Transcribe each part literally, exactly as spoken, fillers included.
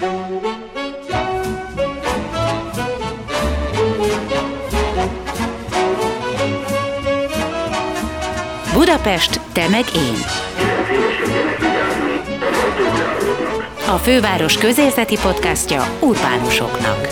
Budapest, te meg én. A főváros közérzeti podcastja urbánusoknak.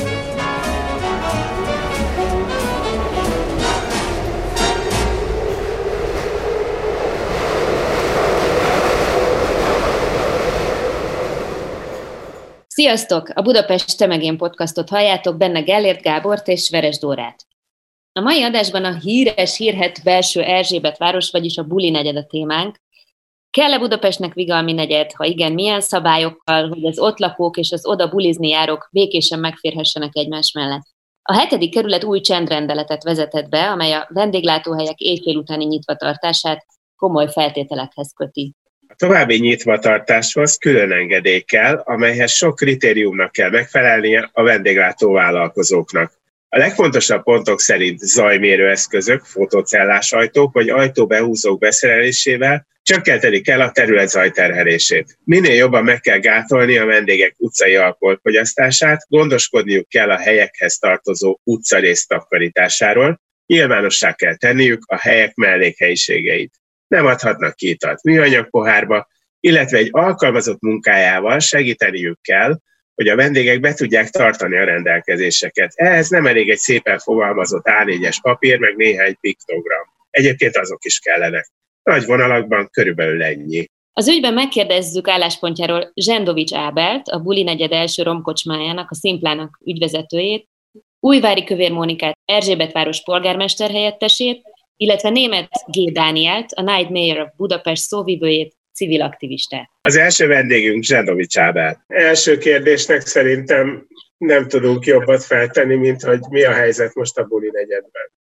Sziasztok! A Budapest, te meg én podcastot halljátok, benne Gellért Gábort és Veres Dórát. A mai adásban a híres, hírhedt belső Erzsébet város, vagyis a Buli negyed a témánk. Kell-e Budapestnek vigalmi negyed? Ha igen, milyen szabályokkal, hogy az ott lakók és az oda bulizni járók békésen megférhessenek egymás mellett? A hetedik kerület új csendrendeletet vezetett be, amely a vendéglátóhelyek éjfél utáni nyitvatartását komoly feltételekhez köti. A további nyitvatartáshoz külön engedély kell, amelyhez sok kritériumnak kell megfelelnie a vendéglátóvállalkozóknak. A legfontosabb pontok szerint zajmérőeszközök, fotocellás ajtók vagy ajtóbehúzók beszerelésével csökkenteni kell a terület zajterhelését. Minél jobban meg kell gátolni a vendégek utcai alkoholfogyasztását, gondoskodniuk kell a helyekhez tartozó utcarész takarításáról, nyilvánossá kell tenniük a helyek mellékhelyiségeit. Nem adhatnak ki italt műanyag pohárba, illetve egy alkalmazott munkájával segíteniük kell, hogy a vendégek be tudják tartani a rendelkezéseket. Ehhez nem elég egy szépen fogalmazott á négyes papír, meg néhány piktogram. Egyébként azok is kellenek. Nagy vonalakban körülbelül ennyi. Az ügyben megkérdezzük álláspontjáról Zsendovics Ábelt, a Buli negyed első romkocsmájának, a Szimplának ügyvezetőjét, Újvári Kövér Mónikát, Erzsébetváros polgármester helyettesét, illetve Németh G. Dánielt, a Night Mayor of Budapest szóvivőjét, civil aktivistát. Az első vendégünk Zsendovics Ábel. Első kérdésnek szerintem nem tudunk jobbat feltenni, mint hogy mi a helyzet most a Buli negyedben.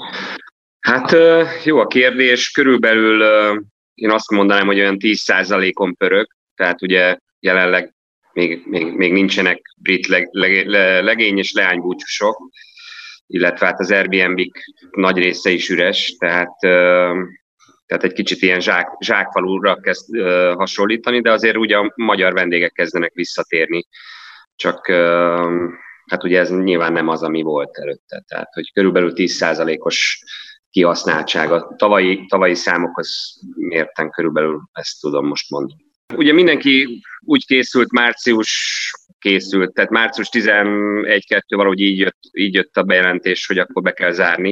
Hát jó a kérdés, körülbelül én azt mondanám, hogy olyan tíz százalékon pörög, tehát ugye jelenleg még, még, még nincsenek brit leg, leg, legény és leánybúcsúsok, illetve hát az Airbnb-k nagy része is üres, tehát, tehát egy kicsit ilyen zsák, zsákfalúra kezd hasonlítani, de azért ugye a magyar vendégek kezdenek visszatérni, csak hát ugye ez nyilván nem az, ami volt előtte, tehát hogy körülbelül tíz százalékos kihasználtsága. Tavalyi, tavalyi számokhoz mérten körülbelül ezt tudom most mondani. Ugye mindenki úgy készült, március készült, tehát március tizenegy-kettő valahogy így jött, így jött a bejelentés, hogy akkor be kell zárni.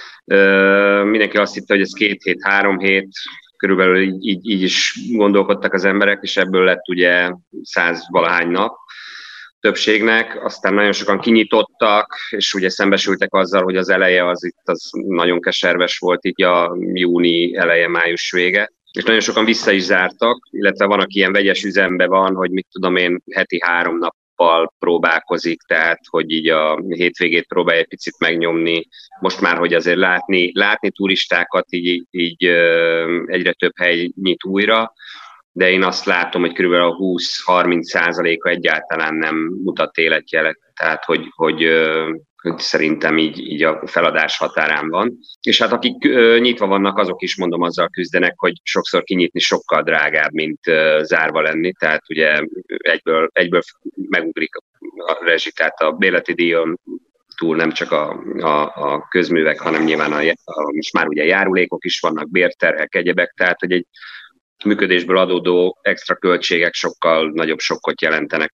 Uh, mindenki azt hitte, hogy ez két hét, három hét, körülbelül így, így, így is gondolkodtak az emberek, és ebből lett ugye száz valahány nap többségnek, aztán nagyon sokan kinyitottak, és ugye szembesültek azzal, hogy az eleje az itt az nagyon keserves volt, így a júni eleje, május vége, és nagyon sokan vissza is zártak, illetve van, aki ilyen vegyes üzemben van, hogy mit tudom én, heti három nappal próbálkozik, tehát hogy így a hétvégét próbálja egy picit megnyomni, most már, hogy azért látni, látni turistákat, így, így egyre több hely nyit újra, de én azt látom, hogy kb. A húsz-harminc százaléka egyáltalán nem mutat életjelet, tehát hogy, hogy, hogy szerintem így, így a feladás határán van. És hát akik nyitva vannak, azok is mondom azzal küzdenek, hogy sokszor kinyitni sokkal drágább, mint zárva lenni, tehát ugye egyből, egyből megugrik a rezsi, tehát a bérleti díjon túl nem csak a, a, a közművek, hanem nyilván a, a, most már ugye járulékok is vannak, bérterhek, egyebek, tehát hogy egy működésből adódó extra költségek sokkal nagyobb sokkot jelentenek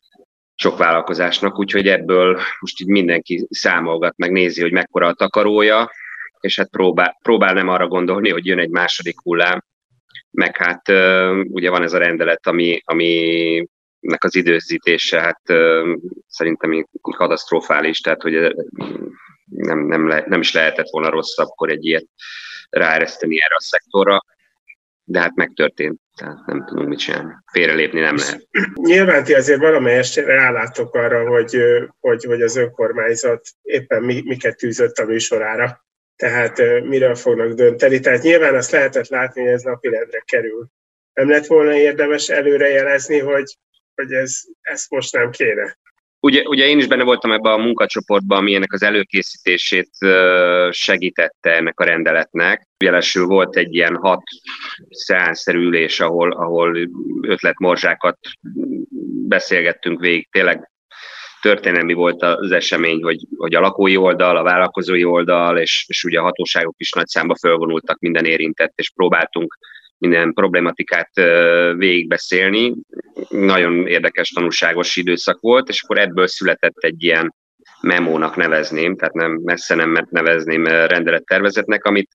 sok vállalkozásnak, úgyhogy ebből most így mindenki számolgat, meg nézi, hogy mekkora a takarója, és hát próbál, próbál nem arra gondolni, hogy jön egy második hullám, meg hát ugye van ez a rendelet, ami, aminek az időzítése, hát szerintem katasztrofális, tehát hogy nem, nem, le, nem is lehetett volna rosszabbkor egy ilyet ráereszteni erre a szektorra, de hát megtörtént, tehát nem tudunk mit csinálni. Félrelépni nem lehet. Nyilván ti azért valamelyest rálátok arra, hogy, hogy, hogy az önkormányzat éppen miket tűzött a műsorára, tehát miről fognak dönteni. Tehát nyilván azt lehetett látni, hogy ez napirendre kerül. Nem lett volna érdemes előrejelezni, hogy, hogy ez, ezt most nem kéne? Ugye, ugye én is benne voltam ebben a munkacsoportban, ami ennek az előkészítését segítette ennek a rendeletnek. Jelesül volt egy ilyen hat szeánszerű ülés, ahol, ahol ötletmorzsákat beszélgettünk végig, tényleg történelmi volt az esemény, hogy, hogy a lakói oldal, a vállalkozói oldal, és, és ugye a hatóságok is nagy számba fölvonultak, minden érintett, és próbáltunk minden problematikát végigbeszélni. Nagyon érdekes, tanulságos időszak volt, és akkor ebből született egy ilyen memónak nevezném, tehát nem messze nem nevezném rendelettervezetnek, amit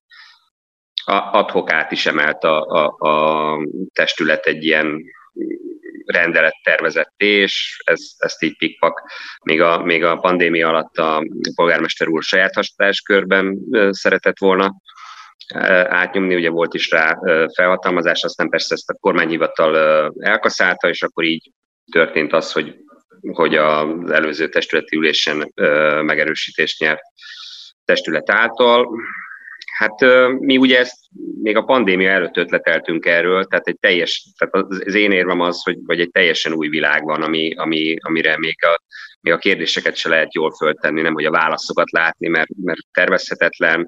ad hoc át is emelt a, a, a testület egy ilyen rendelettervezetté, és ez, ezt így pikpak még a, még a pandémia alatt a polgármester úr saját hatáskörben szeretett volna átnyomni, ugye volt is rá felhatalmazás, aztán persze ezt a kormányhivatal elkaszálta, és akkor így történt az, hogy, hogy az előző testületi ülésen megerősítést nyert testület által. Hát mi ugye ezt még a pandémia előtt ötleteltünk erről, tehát egy teljes, tehát az én érvem az, hogy vagy egy teljesen új világ van, ami, ami, amire még a, még a kérdéseket se lehet jól föltenni, nem hogy a válaszokat látni, mert, mert tervezhetetlen,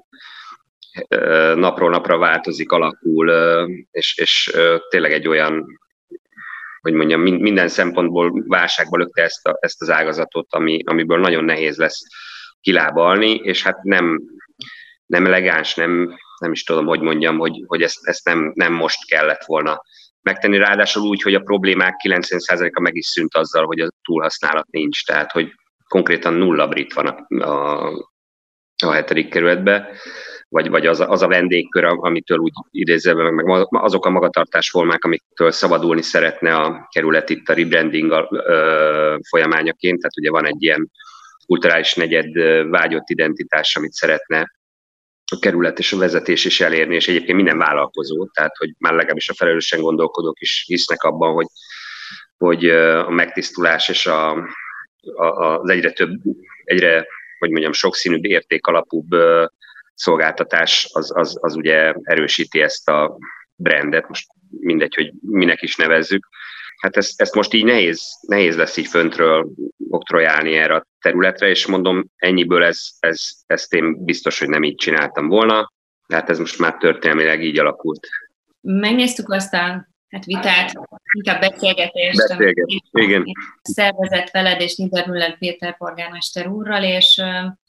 napról napra változik, alakul, és, és tényleg egy olyan, hogy mondjam, minden szempontból válságba lökte ezt, a, ezt az ágazatot, ami, amiből nagyon nehéz lesz kilábalni, és hát nem, nem elegáns, nem, nem is tudom, hogy mondjam, hogy, hogy ezt, ezt nem, nem most kellett volna megtenni, ráadásul úgy, hogy a problémák kilencven százaléka meg is szűnt azzal, hogy a túlhasználat nincs, tehát hogy konkrétan nulla brit van a, a, a hetedik kerületben, vagy, vagy az, az a vendégkör, amitől úgy idézve, meg azok a magatartásformák, amiktől szabadulni szeretne a kerület itt a rebranding folyamányaként, tehát ugye van egy ilyen kulturális negyed vágyott identitás, amit szeretne a kerület és a vezetés is elérni, és egyébként minden vállalkozó, tehát hogy már legalábbis a felelősen gondolkodók is hisznek abban, hogy, hogy a megtisztulás és a, a, az egyre több, egyre, hogy mondjam, sokszínűbb, értékalapúbb szolgáltatás, az, az, az ugye erősíti ezt a brandet, most mindegy, hogy minek is nevezzük. Hát ezt, ezt most így nehéz, nehéz lesz így föntről oktrojálni erre a területre, és mondom, ennyiből ez, ez, ezt én biztos, hogy nem így csináltam volna, de hát ez most már történelmileg így alakult. Megnéztük azt a hát vitát, inkább beszélgetést, Beszélget, igen. szervezett veled és Niedermüller Péter polgármester úrral, és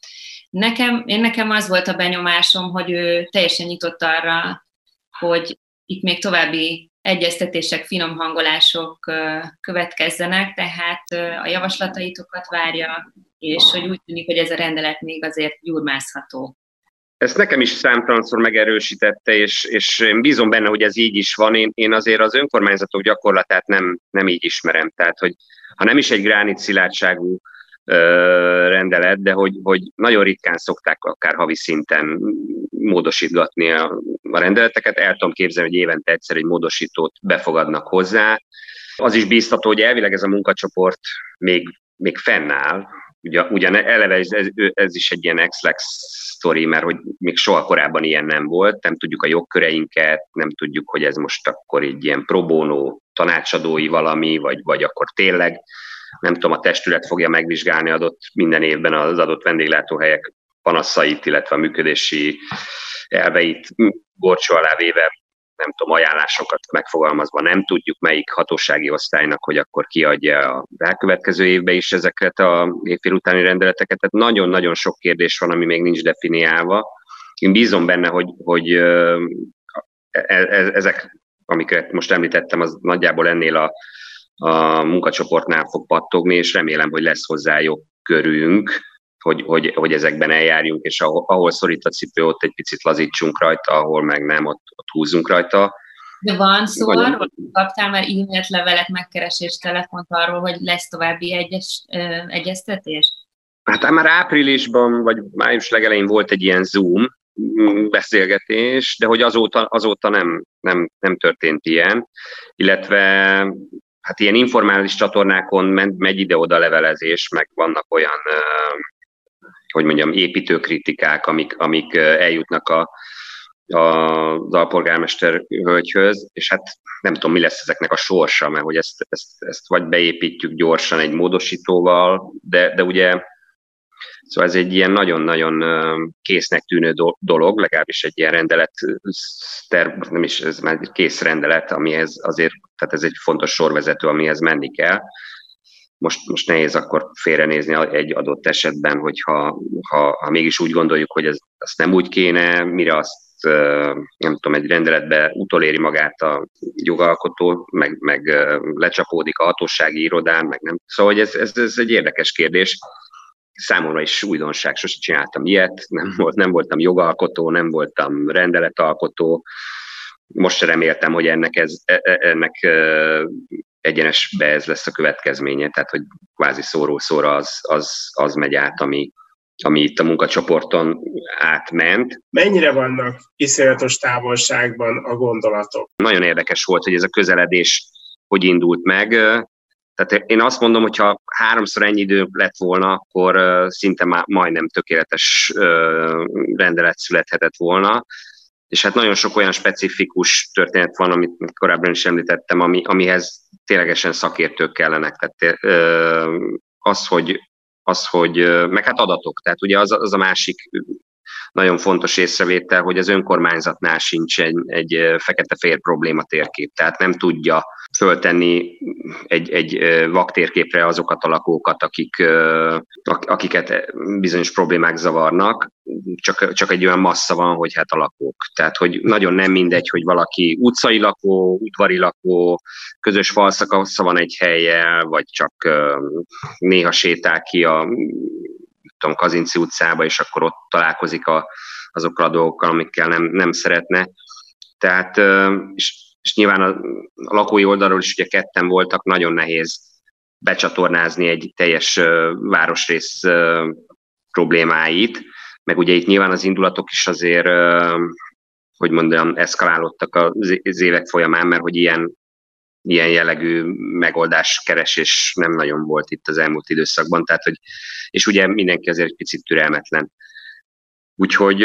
nekem, én nekem az volt a benyomásom, hogy ő teljesen nyitott arra, hogy itt még további egyeztetések, finomhangolások következzenek, tehát a javaslataitokat várja, és hogy úgy tűnik, hogy ez a rendelet még azért gyurmázható. Ezt nekem is számtalanszor megerősítette, és, és én bízom benne, hogy ez így is van. Én, én azért az önkormányzatok gyakorlatát nem, nem így ismerem. Tehát, hogy ha nem is egy gránit szilárdságú rendelet, de hogy, hogy nagyon ritkán szokták akár havi szinten módosítgatni a, a rendeleteket. El tudom képzelni, hogy évente egyszer egy módosítót befogadnak hozzá. Az is bíztató, hogy elvileg ez a munkacsoport még, még fennáll. Ugyan, ugyan eleve ez, ez, ez is egy ilyen ex-lex sztori, mert hogy még soha korábban ilyen nem volt, nem tudjuk a jogköreinket, nem tudjuk, hogy ez most akkor egy ilyen pro bono tanácsadói valami, vagy, vagy akkor tényleg, nem tudom, a testület fogja megvizsgálni adott minden évben az adott vendéglátóhelyek panaszait, illetve a működési elveit gorcsó alá véve, nem tudom, ajánlásokat megfogalmazva, nem tudjuk melyik hatósági osztálynak, hogy akkor kiadja a elkövetkező évben is ezeket a évfél utáni rendeleteket. Tehát nagyon-nagyon sok kérdés van, ami még nincs definiálva. Én bízom benne, hogy, hogy ezek, amiket most említettem, az nagyjából ennél a, a munkacsoportnál fog pattogni, és remélem, hogy lesz hozzá jogkörünk, hogy, hogy, hogy ezekben eljárjunk, és ahol, ahol szorít a cipő, ott egy picit lazítsunk rajta, ahol meg nem, ott, ott húzzunk rajta. De van szó arról, kaptál már e-mailt, levelet, megkeresést, telefont arról, hogy lesz további egyes, ö, egyeztetés? Hát már áprilisban, vagy május legelején volt egy ilyen Zoom beszélgetés, de hogy azóta, azóta nem, nem, nem történt ilyen, illetve hát ilyen informális csatornákon megy ide-oda levelezés, meg vannak olyan, hogy mondjam, építőkritikák, amik, amik eljutnak a, a, az alpolgármester hölgyhöz, és hát nem tudom, mi lesz ezeknek a sorsa, mert hogy ezt, ezt, ezt vagy beépítjük gyorsan egy módosítóval, de, de ugye szóval ez egy ilyen nagyon-nagyon késznek tűnő dolog, legalábbis egy ilyen rendelet, terv, nem is, ez már egy kész rendelet, amihez azért, tehát ez egy fontos sorvezető, amihez menni kell. most, most nehéz akkor félrenézni egy adott esetben, hogyha ha, ha mégis úgy gondoljuk, hogy ez, azt nem úgy kéne, mire azt nem tudom, egy rendeletbe utoléri magát a jogalkotó, meg, meg lecsapódik a hatósági irodán, meg nem. Szóval ez, ez, ez egy érdekes kérdés. Számomra is újdonság, sosem csináltam ilyet, nem, volt, nem voltam jogalkotó, nem voltam rendeletalkotó. Most reméltem, hogy ennek, ez, ennek egyenesbe ez lesz a következménye, tehát hogy kvázi szóról szóra az, az, az megy át, ami, ami itt a munkacsoporton átment. Mennyire vannak iszonyatos távolságban a gondolatok? Nagyon érdekes volt, hogy ez a közeledés hogy indult meg. Tehát én azt mondom, hogy ha háromszor ennyi idő lett volna, akkor szinte már majdnem tökéletes rendelet születhetett volna. És hát nagyon sok olyan specifikus történet van, amit korábban is említettem, ami, amihez ténylegesen szakértők kellenek. Tehát az, hogy, az, hogy meg hát adatok, tehát ugye az, az a másik nagyon fontos észrevétel, hogy az önkormányzatnál sincs egy, egy fekete-fehér probléma térkép, tehát nem tudja föltenni egy, egy vaktérképre azokat a lakókat, akik, akiket bizonyos problémák zavarnak, csak, csak egy olyan massza van, hogy hát a lakók. Tehát, hogy nagyon nem mindegy, hogy valaki utcai lakó, udvari lakó, közös falszakasza van egy helyen, vagy csak néha sétál ki a tudom, Kazinczy utcába, és akkor ott találkozik a, azokkal a dolgokkal, amikkel nem, nem szeretne. Tehát, és, és nyilván a, a lakói oldalról is ugye ketten voltak, nagyon nehéz becsatornázni egy teljes városrész problémáit, meg ugye itt nyilván az indulatok is azért, hogy mondjam, eszkalálódtak az évek folyamán, mert hogy ilyen, ilyen jellegű megoldáskeresés nem nagyon volt itt az elmúlt időszakban, tehát, hogy, és ugye mindenki azért egy picit türelmetlen. Úgyhogy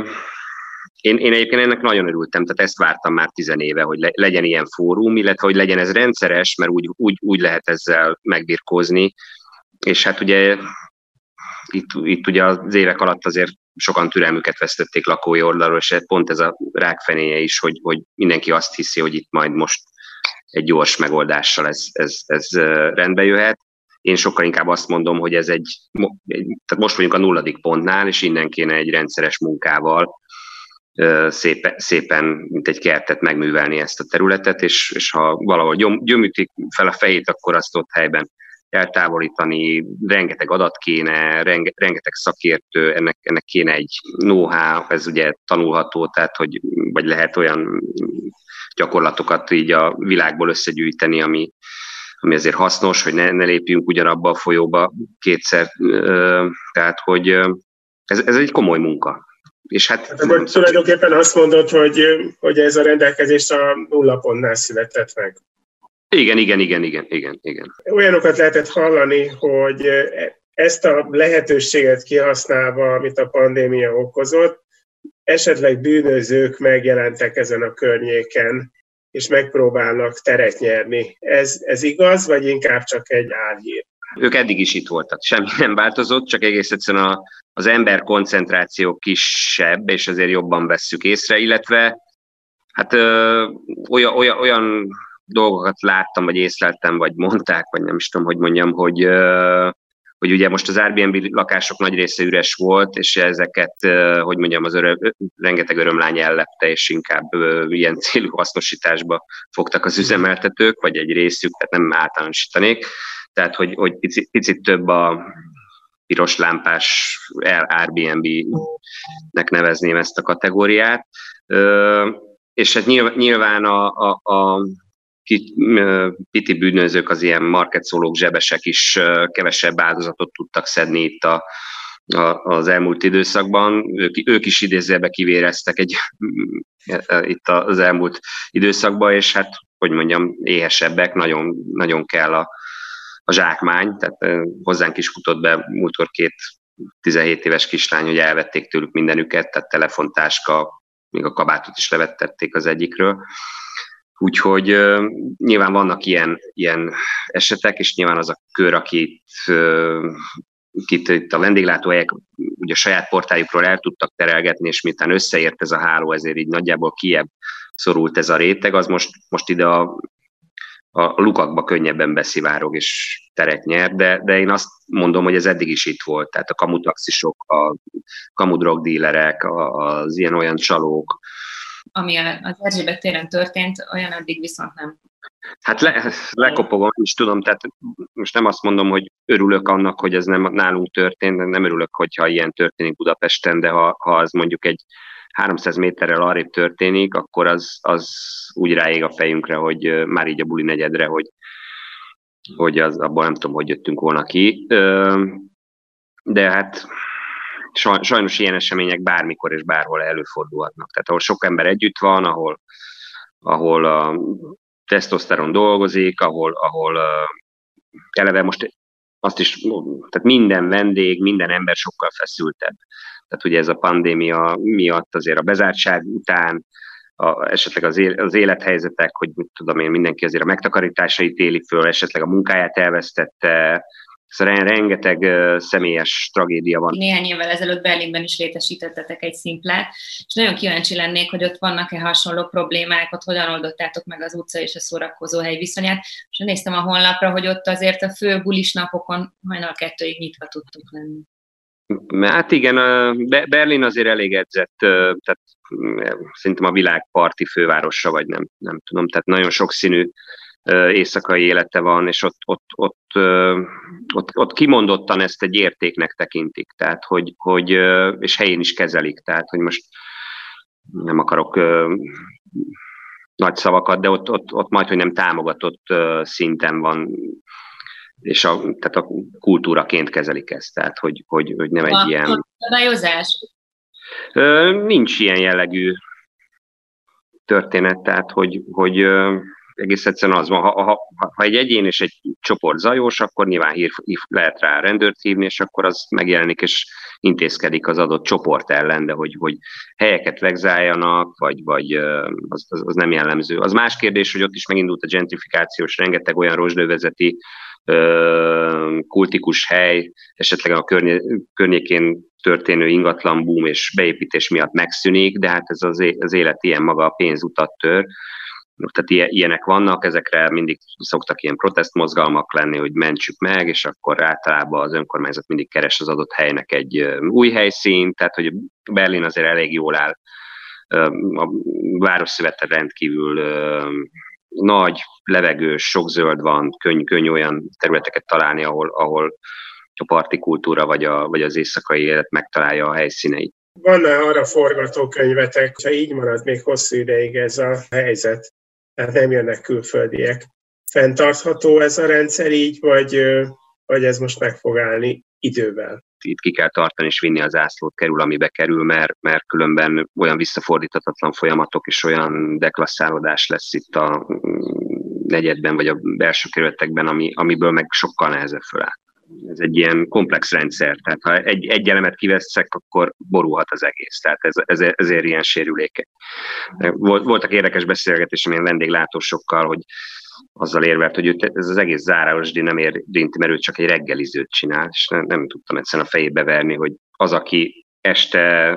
én, én egyébként ennek nagyon örültem, tehát ezt vártam már tizenéve, hogy le, legyen ilyen fórum, illetve hogy legyen ez rendszeres, mert úgy, úgy, úgy lehet ezzel megbirkózni, és hát ugye itt, itt ugye az évek alatt azért sokan türelmüket vesztették lakói oldalról, és pont ez a rákfenéje is, hogy, hogy mindenki azt hiszi, hogy itt majd most egy gyors megoldással ez, ez, ez rendbe jöhet. Én sokkal inkább azt mondom, hogy ez egy, egy, tehát most vagyunk a nulladik pontnál, és innen kéne egy rendszeres munkával szépen, szépen mint egy kertet megművelni ezt a területet, és, és ha valahol gyom, gyömítik fel a fejét, akkor azt ott helyben eltávolítani, rengeteg adat kéne, renge, rengeteg szakértő, ennek, ennek kéne egy know-how, ez ugye tanulható, tehát hogy vagy lehet olyan gyakorlatokat így a világból összegyűjteni, ami, ami azért hasznos, hogy ne, ne lépjünk ugyanabba a folyóba kétszer, tehát hogy ez, ez egy komoly munka. És hát, hát akkor tulajdonképpen azt mondod, hogy, hogy ez a rendelkezés a nulla pontnál született meg. Igen, igen, igen, igen, igen, igen. Olyanokat lehetett hallani, hogy ezt a lehetőséget kihasználva, amit a pandémia okozott, esetleg bűnözők megjelentek ezen a környéken, és megpróbálnak teret nyerni. Ez, ez igaz, vagy inkább csak egy álhír? Ők eddig is itt voltak, semmi nem változott, csak egész egyszerűen a, az ember koncentráció kisebb, és azért jobban vesszük észre, illetve hát ö, olyan, olyan, olyan dolgokat láttam, vagy észleltem, vagy mondták, vagy nem is tudom, hogy mondjam, hogy, hogy ugye most az Airbnb lakások nagy része üres volt, és ezeket, hogy mondjam, az öröm, rengeteg örömlány ellepte, és inkább ilyen célú hasznosításba fogtak az üzemeltetők, vagy egy részük, tehát nem általánosítanék. Tehát, hogy, hogy picit, picit több a piros lámpás Airbnb-nek nevezném ezt a kategóriát. És hát nyilván a, a, a piti bűnözők, az ilyen marketszólók, zsebesek is kevesebb áldozatot tudtak szedni itt a, a, az elmúlt időszakban. Ők, ők is idézőjelbe kivéreztek egy, itt az elmúlt időszakban, és hát, hogy mondjam, éhesebbek, nagyon, nagyon kell a, a zsákmány, tehát hozzánk is futott be múltkor két tizenhét éves kislány, hogy elvették tőlük mindenüket, tehát telefontáska, még a kabátot is levettették az egyikről. Úgyhogy uh, nyilván vannak ilyen, ilyen esetek, és nyilván az a kör, akit, uh, akit itt a vendéglátóhelyek ugye a saját portájukról el tudtak terelgetni, és miután összeért ez a háló, ezért így nagyjából kijebb szorult ez a réteg, az most, most ide a a lukakba könnyebben beszivárog és teret nyer, de, de én azt mondom, hogy ez eddig is itt volt. Tehát a kamutaxisok, a kamudrogdílerek, az ilyen-olyan csalók. Ami az Erzsébet téren történt, olyan addig viszont nem. Hát le, lekopogom, is tudom, tehát most nem azt mondom, hogy örülök annak, hogy ez nem nálunk történt, nem örülök, hogyha ilyen történik Budapesten, de ha, ha az mondjuk egy háromszáz méterrel arrébb történik, akkor az, az úgy ráég a fejünkre, hogy már így a buli negyedre, hogy, hogy az, abban nem tudom, hogy jöttünk volna ki. De hát sajnos ilyen események bármikor és bárhol előfordulhatnak. Tehát ahol sok ember együtt van, ahol, ahol a tesztoszteron dolgozik, ahol, ahol eleve most azt is, tehát minden vendég, minden ember sokkal feszültebb. Tehát ugye ez a pandémia miatt azért a bezártság után, a, esetleg az, él, az élethelyzetek, hogy mit tudom én, mindenki azért a megtakarításait éli föl, esetleg a munkáját elvesztette, szóval rengeteg uh, személyes tragédia van. Néhány évvel ezelőtt Berlinben is létesítettetek egy szimplát, és nagyon kíváncsi lennék, hogy ott vannak-e hasonló problémák, ott hogyan oldottátok meg az utca és a szórakozóhely viszonyát, és néztem a honlapra, hogy ott azért a fő bulis napokon hajnal kettőig nyitva tudtuk lenni. Hát igen, Berlin azért elég edzett, tehát szerintem a világ parti fővárosa, vagy nem, nem tudom, tehát nagyon sokszínű éjszakai élete van, és ott, ott, ott, ott, ott kimondottan ezt egy értéknek tekintik, tehát hogy, hogy, és helyén is kezelik, tehát hogy most nem akarok nagy szavakat, de ott, ott, ott majd, hogy nem támogatott szinten van, és a, tehát a kultúraként kezelik ezt, tehát hogy, hogy, hogy nem egy a, ilyen... A szabályozás? Nincs ilyen jellegű történet, tehát hogy, hogy egész egyszerűen az van, ha, ha, ha egy egyén és egy csoport zajos, akkor nyilván hír, hív, lehet rá rendőrt hívni, és akkor az megjelenik és intézkedik az adott csoport ellen, de hogy, hogy helyeket vegzáljanak, vagy, vagy az, az, az nem jellemző. Az más kérdés, hogy ott is megindult a gentrifikációs, rengeteg olyan rozsdővezeti kultikus hely, esetleg a környé, környékén történő ingatlan boom és beépítés miatt megszűnik, de hát ez az, é, az élet ilyen maga, a pénzutat tör. Tehát ilyenek vannak, ezekre mindig szoktak ilyen protestmozgalmak lenni, hogy mentsük meg, és akkor általában az önkormányzat mindig keres az adott helynek egy új helyszínt, tehát hogy Berlin azért elég jól áll. A városszövete rendkívül nagy, levegős, sok zöld van, könny, könny olyan területeket találni, ahol, ahol a parti kultúra vagy, a, vagy az éjszakai élet megtalálja a helyszíneit. Van-e arra forgatókönyvetek, ha így marad még hosszú ideig ez a helyzet, tehát nem jönnek külföldiek? Fenntartható ez a rendszer így, vagy, vagy ez most meg fog állni idővel? Itt ki kell tartani és vinni az ászlót, kerül, amibe kerül, mert, mert különben olyan visszafordíthatatlan folyamatok és olyan deklasszálódás lesz itt a negyedben vagy a belső kerületekben, ami, amiből meg sokkal nehezebb föláll. Ez egy ilyen komplex rendszer, tehát ha egy, egy elemet kiveszek, akkor borulhat az egész, tehát ez, ez, ezért ilyen sérülékeny. Voltak érdekes beszélgetésem ilyen vendéglátósokkal, hogy azzal érvelt, hogy őt, ez az egész zárásdi nem érinti, mert ő csak egy reggelizőt csinál, és nem, nem tudtam egyszerűen a fejébe verni, hogy az, aki este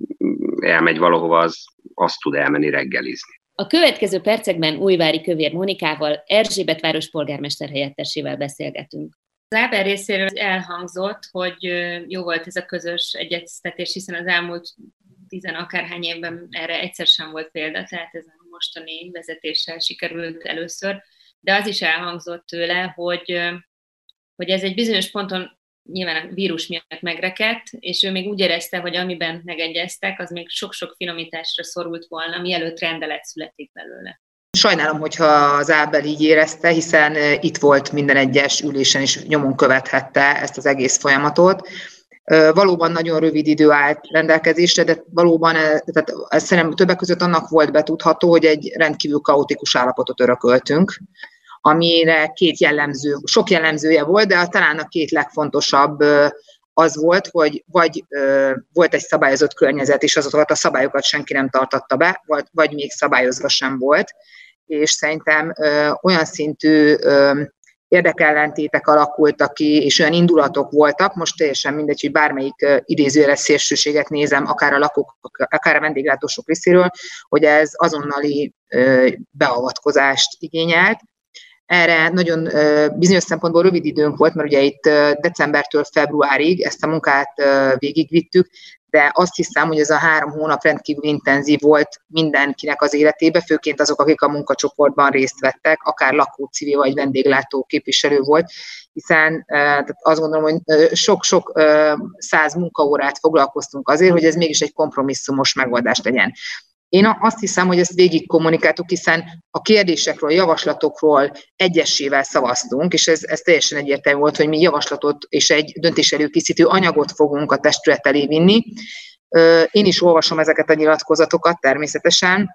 elmegy valahova, az azt tud elmenni reggelizni. A következő percekben Újvári Kövér Monikával, Erzsébetváros polgármester helyettesével beszélgetünk. Az Ábel részéről elhangzott, hogy jó volt ez a közös egyeztetés, hiszen az elmúlt tizen akárhány évben erre egyszer sem volt példa, tehát ez a mostani vezetéssel sikerült először, de az is elhangzott tőle, hogy, hogy ez egy bizonyos ponton nyilván a vírus miatt megrekedt, és ő még úgy érezte, hogy amiben megegyeztek, az még sok-sok finomításra szorult volna, mielőtt rendelet születik belőle. Sajnálom, hogyha az Ábel így érezte, hiszen itt volt minden egyes ülésen, és nyomon követhette ezt az egész folyamatot. Valóban nagyon rövid idő állt rendelkezésre, de valóban tehát ez szerintem többek között annak volt betudható, hogy egy rendkívül kaotikus állapotot örököltünk, amire két jellemző, sok jellemzője volt, de talán a két legfontosabb az volt, hogy vagy volt egy szabályozott környezet, és azokat a szabályokat senki nem tartatta be, vagy, vagy még szabályozva sem volt, és szerintem olyan szintű érdekellentétek alakultak ki, és olyan indulatok voltak, most teljesen mindegy, hogy bármelyik idézőjeles szélsőséget nézem, akár a lakók, akár a vendéglátósok részéről, hogy ez azonnali beavatkozást igényelt, Erre nagyon bizonyos szempontból rövid időnk volt, mert ugye itt decembertől februárig ezt a munkát végigvittük, de azt hiszem, hogy ez a három hónap rendkívül intenzív volt mindenkinek az életébe, főként azok, akik a munkacsoportban részt vettek, akár lakó, civil vagy vendéglátó képviselő volt, hiszen azt gondolom, hogy sok-sok száz munkaórát foglalkoztunk azért, hogy ez mégis egy kompromisszumos megoldás legyen. Én azt hiszem, hogy ezt végig kommunikáltuk, hiszen a kérdésekről, a javaslatokról egyesével szavaztunk, és ez, ez teljesen egyértelmű volt, hogy mi javaslatot és egy döntéselőkészítő anyagot fogunk a testület elé vinni. Én is olvasom ezeket a nyilatkozatokat természetesen.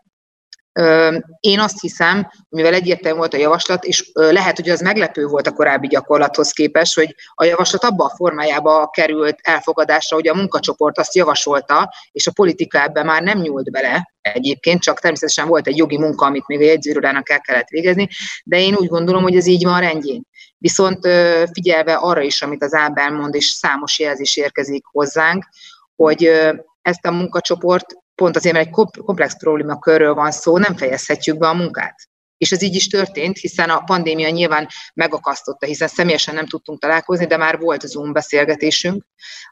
Én azt hiszem, mivel egyértelmű volt a javaslat, és lehet, hogy az meglepő volt a korábbi gyakorlathoz képest, hogy a javaslat abban a formájába került elfogadásra, hogy a munkacsoport azt javasolta, és a politika ebben már nem nyúlt bele egyébként, csak természetesen volt egy jogi munka, amit még a jegyzőirodának el kellett végezni, de én úgy gondolom, hogy ez így van rendjén. Viszont figyelve arra is, amit az Ábel mond, és számos jelzés érkezik hozzánk, hogy ezt a munkacsoport pont azért, mert egy komplex problémakörről van szó, nem fejezhetjük be a munkát. És ez így is történt, hiszen a pandémia nyilván megakasztotta, hiszen személyesen nem tudtunk találkozni, de már volt Zoom beszélgetésünk.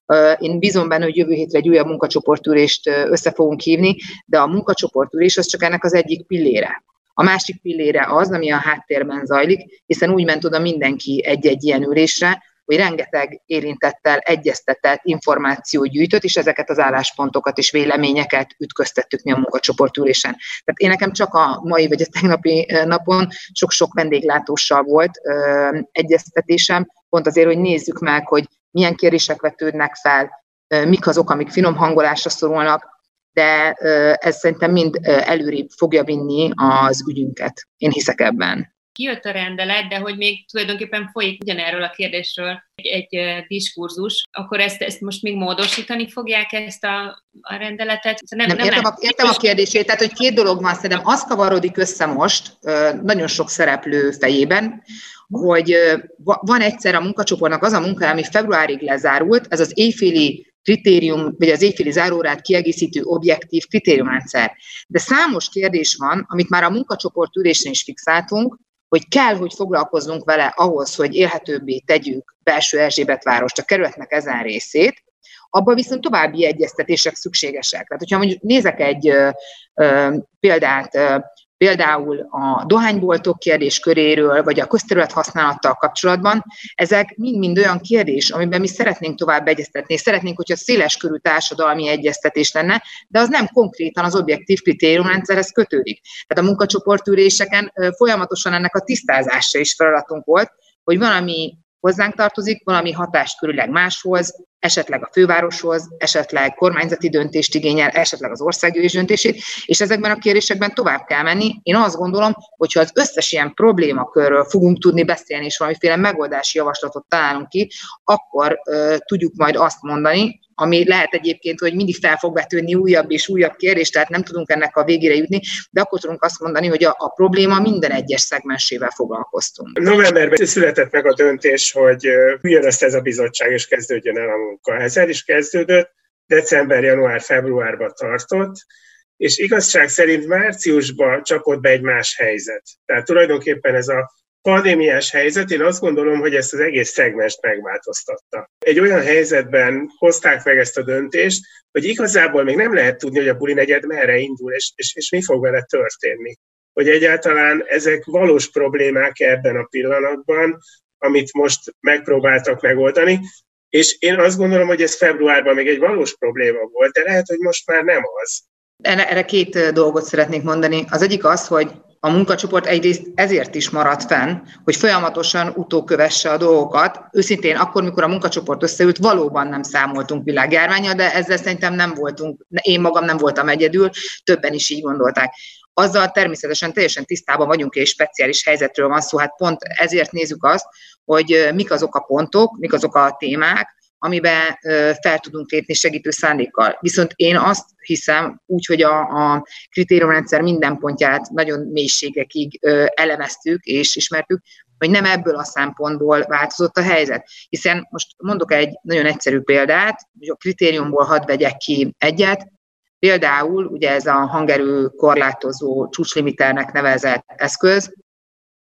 Én bízom benne, hogy jövő hétre egy újabb munkacsoportülést össze fogunk hívni, de a munkacsoportülés az csak ennek az egyik pillére. A másik pillére az, ami a háttérben zajlik, hiszen úgy ment oda mindenki egy-egy ilyen ülésre, hogy rengeteg érintettel egyeztetett információt gyűjtött, és ezeket az álláspontokat és véleményeket ütköztettük mi a munkacsoportülésen. Tehát én nekem csak a mai vagy a tegnapi napon sok-sok vendéglátóssal volt ö, egyeztetésem, pont azért, hogy nézzük meg, hogy milyen kérdések vetődnek fel, ö, mik azok, amik finom hangolásra szorulnak, de ö, ez szerintem mind előrébb fogja vinni az ügyünket. Én hiszek ebben. Kijött a rendelet, de hogy még tulajdonképpen folyik ugyanerről a kérdésről egy, egy diskurzus, akkor ezt, ezt most még módosítani fogják ezt a, a rendeletet? Nem, nem, nem értem, a, értem a kérdését, tehát hogy két dolog van, szerintem az kavarodik össze most nagyon sok szereplő fejében, hogy van egyszer a munkacsoportnak az a munka, ami februárig lezárult, ez az éjféli kritérium, vagy az éjféli záróórát kiegészítő objektív kritériumrendszer. De számos kérdés van, amit már a munkacsoport ülésén is fixáltunk, hogy kell, hogy foglalkozzunk vele ahhoz, hogy élhetőbbé tegyük Belső Erzsébetvárost, a kerületnek ezen részét, abban viszont további egyeztetések szükségesek. Tehát, hogyha mondjuk nézek egy ö, ö, példát, ö, például a dohányboltok kérdésköréről, vagy a közterület használattal kapcsolatban, ezek mind-mind olyan kérdés, amiben mi szeretnénk tovább egyeztetni, szeretnénk, hogyha széleskörű társadalmi egyeztetés lenne, de az nem konkrétan az objektív kritériumrendszerhez kötődik. Tehát a munkacsoportüléseken folyamatosan ennek a tisztázása is feladatunk volt, hogy valami hozzánk tartozik, valami hatáskörüleg máshoz, esetleg a fővároshoz, esetleg kormányzati döntést igényel, esetleg az országgyűlés döntését, és ezekben a kérdésekben tovább kell menni. Én azt gondolom, hogyha az összes ilyen problémakörről fogunk tudni beszélni, és valamiféle megoldási javaslatot találunk ki, akkor uh, tudjuk majd azt mondani, ami lehet egyébként, hogy mindig fel fog vetődni újabb és újabb kérdés, tehát nem tudunk ennek a végére jutni, de akkor tudunk azt mondani, hogy a, a probléma minden egyes szegmensével foglalkoztunk. Novemberben született meg a döntés, hogy üljön össze ez a bizottság, és kezdődjön el a munka. Ez el is kezdődött, december, január, februárban tartott, és igazság szerint márciusban csapott be egy más helyzet. Tehát tulajdonképpen ez a pandémiás helyzet, én azt gondolom, hogy ezt az egész szegmest megváltoztatta. Egy olyan helyzetben hozták meg ezt a döntést, hogy igazából még nem lehet tudni, hogy a buli negyed merre indul, és, és, és mi fog vele történni. Hogy egyáltalán ezek valós problémák ebben a pillanatban, amit most megpróbáltak megoldani, és én azt gondolom, hogy ez februárban még egy valós probléma volt, de lehet, hogy most már nem az. Erre, erre két dolgot szeretnék mondani. Az egyik az, hogy a munkacsoport egyrészt ezért is maradt fenn, hogy folyamatosan utókövesse a dolgokat. Őszintén akkor, mikor a munkacsoport összeült, valóban nem számoltunk világjárvánnyal, de ezzel szerintem nem voltunk, én magam nem voltam egyedül, többen is így gondolták. Azzal természetesen teljesen tisztában vagyunk, és speciális helyzetről van szó, hát pont ezért nézzük azt, hogy mik azok a pontok, mik azok a témák, amiben fel tudunk lépni segítő szándékkal. Viszont én azt hiszem úgy, hogy a, a kritériumrendszer minden pontját nagyon mélységekig elemeztük és ismertük, hogy nem ebből a szempontból változott a helyzet. Hiszen most mondok egy nagyon egyszerű példát, hogy a kritériumból hadd vegyek ki egyet. Például ugye ez a hangerő korlátozó csúcslimiternek nevezett eszköz,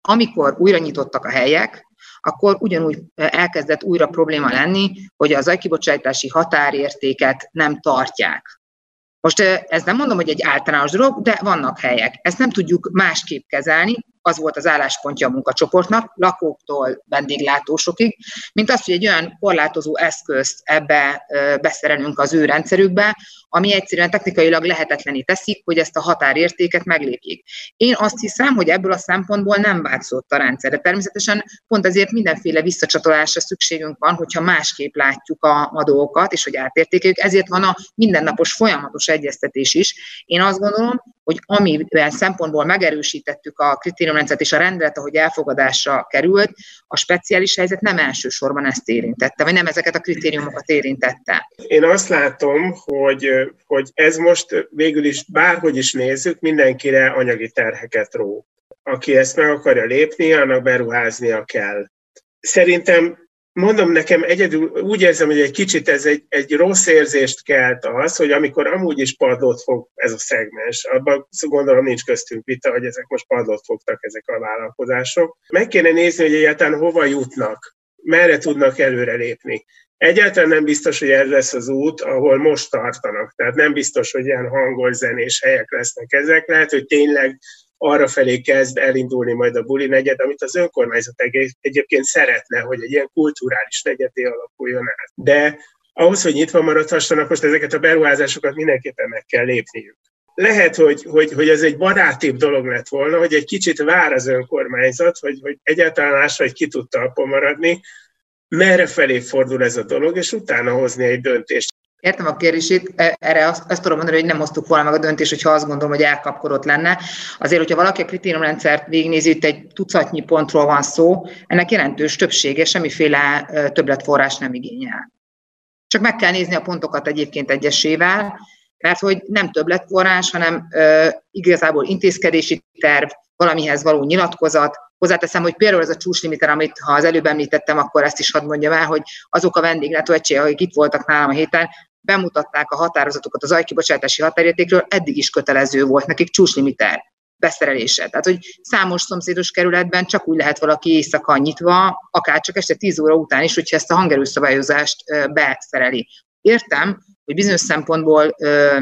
Amikor újra nyitottak a helyek, akkor ugyanúgy elkezdett újra probléma lenni, hogy a zajkibocsátási határértéket nem tartják. Most ez nem mondom, hogy egy általános dolog, de vannak helyek. Ezt nem tudjuk másképp kezelni, az volt az álláspontja a munkacsoportnak, lakóktól vendéglátósokig, mint az, hogy egy olyan korlátozó eszközt ebbe beszerelünk az ő rendszerükbe, ami egyszerűen technikailag lehetetlené teszik, hogy ezt a határértéket meglépjék. Én azt hiszem, hogy ebből a szempontból nem változott a rendszer, de természetesen pont ezért mindenféle visszacsatolásra szükségünk van, hogyha másképp látjuk a, a dolgokat, és hogy átértékeljük, ezért van a mindennapos folyamatos egyeztetés is. Én azt gondolom, hogy amivel szempontból megerősítettük a kritériumrendszert és a rendelet, ahogy elfogadásra került, a speciális helyzet nem elsősorban ezt érintette, vagy nem ezeket a kritériumokat érintette. Én azt látom, hogy, hogy ez most végül is bárhogy is nézzük, mindenkire anyagi terheket ró. Aki ezt meg akarja lépni, annak beruháznia kell. Szerintem, mondom nekem egyedül, úgy érzem, hogy egy kicsit ez egy, egy rossz érzést kelt az, hogy amikor amúgy is padlót fog ez a szegmens, abban gondolom nincs köztünk vita, hogy ezek most padlót fogtak ezek a vállalkozások. Meg kéne nézni, hogy egyáltalán hova jutnak, merre tudnak előrelépni. Egyáltalán nem biztos, hogy ez lesz az út, ahol most tartanak. Tehát nem biztos, hogy ilyen hangos zenés helyek lesznek ezek. Lehet, hogy tényleg arra felé kezd elindulni majd a buli negyed, amit az önkormányzat egyébként szeretne, hogy egy ilyen kulturális negyedé alakuljon át. De ahhoz, hogy nyitva maradhassanak, most ezeket a beruházásokat mindenképpen meg kell lépniük. Lehet, hogy, hogy, hogy ez egy barátibb dolog lett volna, hogy egy kicsit vár az önkormányzat, hogy, hogy egyáltalán lássa, hogy ki tud talpon maradni, merre felé fordul ez a dolog, és utána hozni egy döntést. Értem a kérdését, erre azt, azt tudom mondani, hogy nem hoztuk volna meg a döntést, hogyha azt gondolom, hogy elkapkodott lenne. Azért, hogyha valaki a kritériumrendszert végignézi, itt egy tucatnyi pontról van szó, ennek jelentős többsége semmiféle többletforrás nem igényel. Csak meg kell nézni a pontokat egyébként egyesével, mert hogy nem többletforrás, hanem uh, igazából intézkedési terv, valamihez való nyilatkozat. Hozzáteszem, hogy például ez a csúcslimiter, amit ha az előbb említettem, akkor ezt is hadd mondjam el, hogy azok a vendéglátóegységek, akik itt voltak nálam a héten, bemutatták a határozatokat az zajkibocsátási határértékről, eddig is kötelező volt nekik csúcslimiter beszerelése. Tehát, hogy számos szomszédos kerületben csak úgy lehet valaki éjszaka nyitva, akár csak este tíz óra után is, hogyha ezt a hangerőszabályozást beszereli. Értem, hogy bizonyos szempontból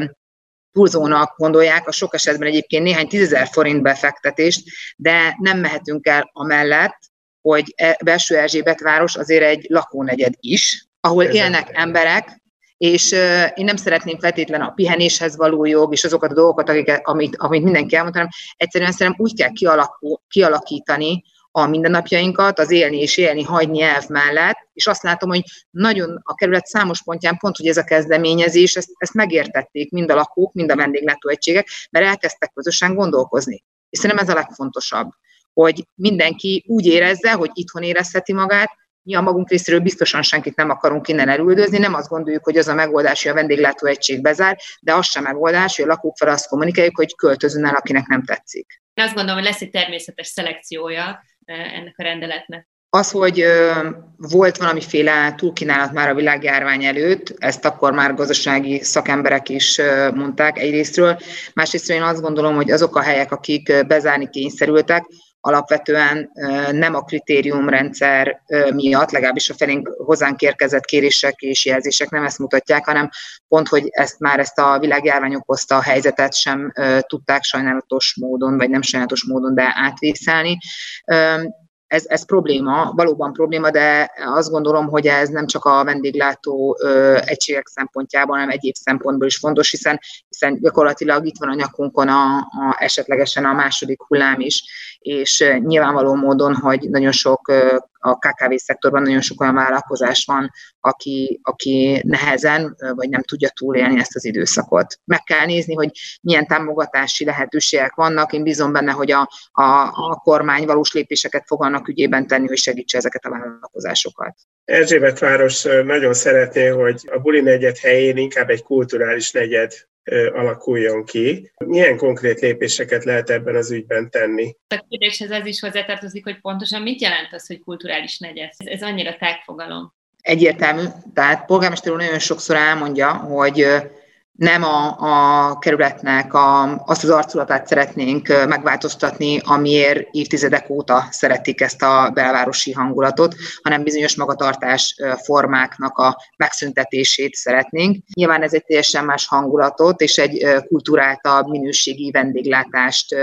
túlzónak gondolják, a sok esetben egyébként néhány tízezer forint befektetést, de nem mehetünk el amellett, hogy Belső Erzsébetváros azért egy lakónegyed is, ahol élnek emberek, és én nem szeretném feltétlenül a pihenéshez való jog, és azokat a dolgokat, akiket, amit, amit mindenki elmondta, hanem egyszerűen szerintem úgy kell kialakul, kialakítani a mindennapjainkat, az élni és élni hagyni elv mellett, és azt látom, hogy nagyon a kerület számos pontján pont, hogy ez a kezdeményezés, ezt, ezt megértették mind a lakók, mind a vendéglátóegységek, mert elkezdtek közösen gondolkozni. És szerintem ez a legfontosabb, hogy mindenki úgy érezze, hogy itthon érezheti magát. Mi a magunk részéről biztosan senkit nem akarunk innen elüldözni, nem azt gondoljuk, hogy az a megoldás, hogy a vendéglátóegység bezár, de az sem megoldás, hogy a lakók fel azt kommunikáljuk, hogy költözön el, akinek nem tetszik. Én azt gondolom, hogy lesz egy természetes szelekciója ennek a rendeletnek. Az, hogy ö, volt valamiféle túlkínálat már a világjárvány előtt, ezt akkor már gazdasági szakemberek is ö, mondták egyrésztről. Másrésztről én azt gondolom, hogy azok a helyek, akik bezárni kényszerültek, alapvetően ö, nem a kritériumrendszer ö, miatt, legalábbis a felénk hozzánk érkezett kérések és jelzések nem ezt mutatják, hanem pont, hogy ezt már ezt a világjárvány okozta a helyzetet sem ö, tudták sajnálatos módon, vagy nem sajnálatos módon, de átvészelni. Ö, Ez, ez probléma, valóban probléma, de azt gondolom, hogy ez nem csak a vendéglátó ö, egységek szempontjában, hanem egyéb szempontból is fontos, hiszen, hiszen gyakorlatilag itt van a nyakunkon a, a, esetlegesen a második hullám is, és ö, nyilvánvaló módon, hogy nagyon sok ö, a ká ká vé szektorban nagyon sok olyan vállalkozás van, aki, aki nehezen vagy nem tudja túlélni ezt az időszakot. Meg kell nézni, hogy milyen támogatási lehetőségek vannak. Én bízom benne, hogy a, a, a kormány valós lépéseket fog annak ügyében tenni, hogy segítse ezeket a vállalkozásokat. Erzsébetváros nagyon szeretné, hogy a buli negyed helyén inkább egy kulturális negyed alakuljon ki. Milyen konkrét lépéseket lehet ebben az ügyben tenni? A kérdéshez ez is hozzátartozik, hogy pontosan mit jelent az, hogy kulturális negyed? Ez annyira tágfogalom. Egyértelmű. Tehát polgármester úr nagyon sokszor elmondja, hogy nem a, a kerületnek a, azt az arculatát szeretnénk megváltoztatni, amiért évtizedek óta szeretik ezt a belvárosi hangulatot, hanem bizonyos magatartás formáknak a megszüntetését szeretnénk. Nyilván ez egy teljesen más hangulatot és egy kulturáltabb minőségi vendéglátást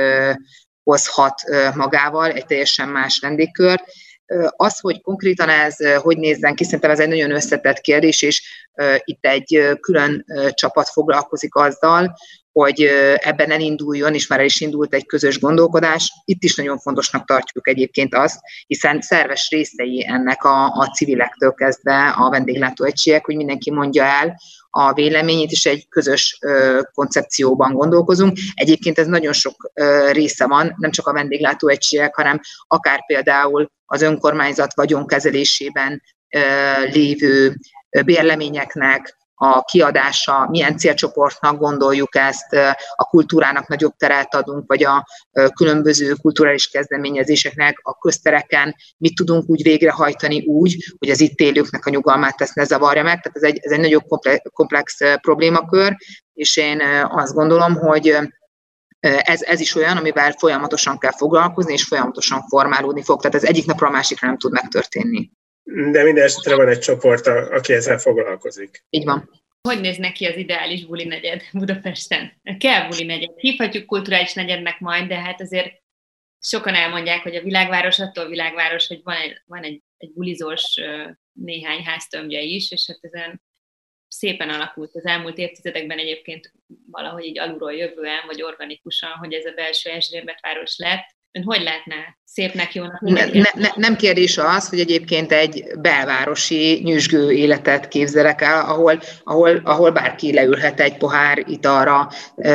hozhat magával, egy teljesen más vendégkör. Az, hogy konkrétan ez hogy nézzen ki, szerintem ez egy nagyon összetett kérdés, és itt egy külön csapat foglalkozik azzal, hogy ebben elinduljon, és már el is indult egy közös gondolkodás. Itt is nagyon fontosnak tartjuk egyébként azt, hiszen szerves részei ennek a, a civilektől kezdve a vendéglátóegységek, hogy mindenki mondja el a véleményét, és egy közös ö, koncepcióban gondolkozunk. Egyébként ez nagyon sok ö, része van, nem csak a vendéglátóegységek, hanem akár például az önkormányzat vagyonkezelésében ö, lévő ö, bérleményeknek a kiadása, milyen célcsoportnak gondoljuk ezt, a kultúrának nagyobb teret adunk, vagy a különböző kulturális kezdeményezéseknek a köztereken mit tudunk úgy végrehajtani úgy, hogy az itt élőknek a nyugalmát ezt ne zavarja meg. Tehát ez egy, ez egy nagyobb komplex problémakör, és én azt gondolom, hogy ez, ez is olyan, amivel folyamatosan kell foglalkozni, és folyamatosan formálódni fog. Tehát ez egyik napról a másikra nem tud megtörténni. De minden esetre van egy csoport, aki ezzel foglalkozik. Így van. Hogy néz neki az ideális buli negyed Budapesten? Kell buli negyed. Hívhatjuk kulturális negyednek majd, de hát azért sokan elmondják, hogy a világváros attól világváros, hogy van egy, van egy, egy bulizós néhány háztömbje is, és hát ezen szépen alakult az elmúlt évtizedekben egyébként valahogy így alulról jövően, vagy organikusan, hogy ez a belső Erzsébetváros lett. Ön hogy látná? Szépnek, jónak? Ne, ne, ne, nem kérdés az, hogy egyébként egy belvárosi nyüzsgő életet képzelek el, ahol, ahol, ahol bárki leülhet egy pohár italra,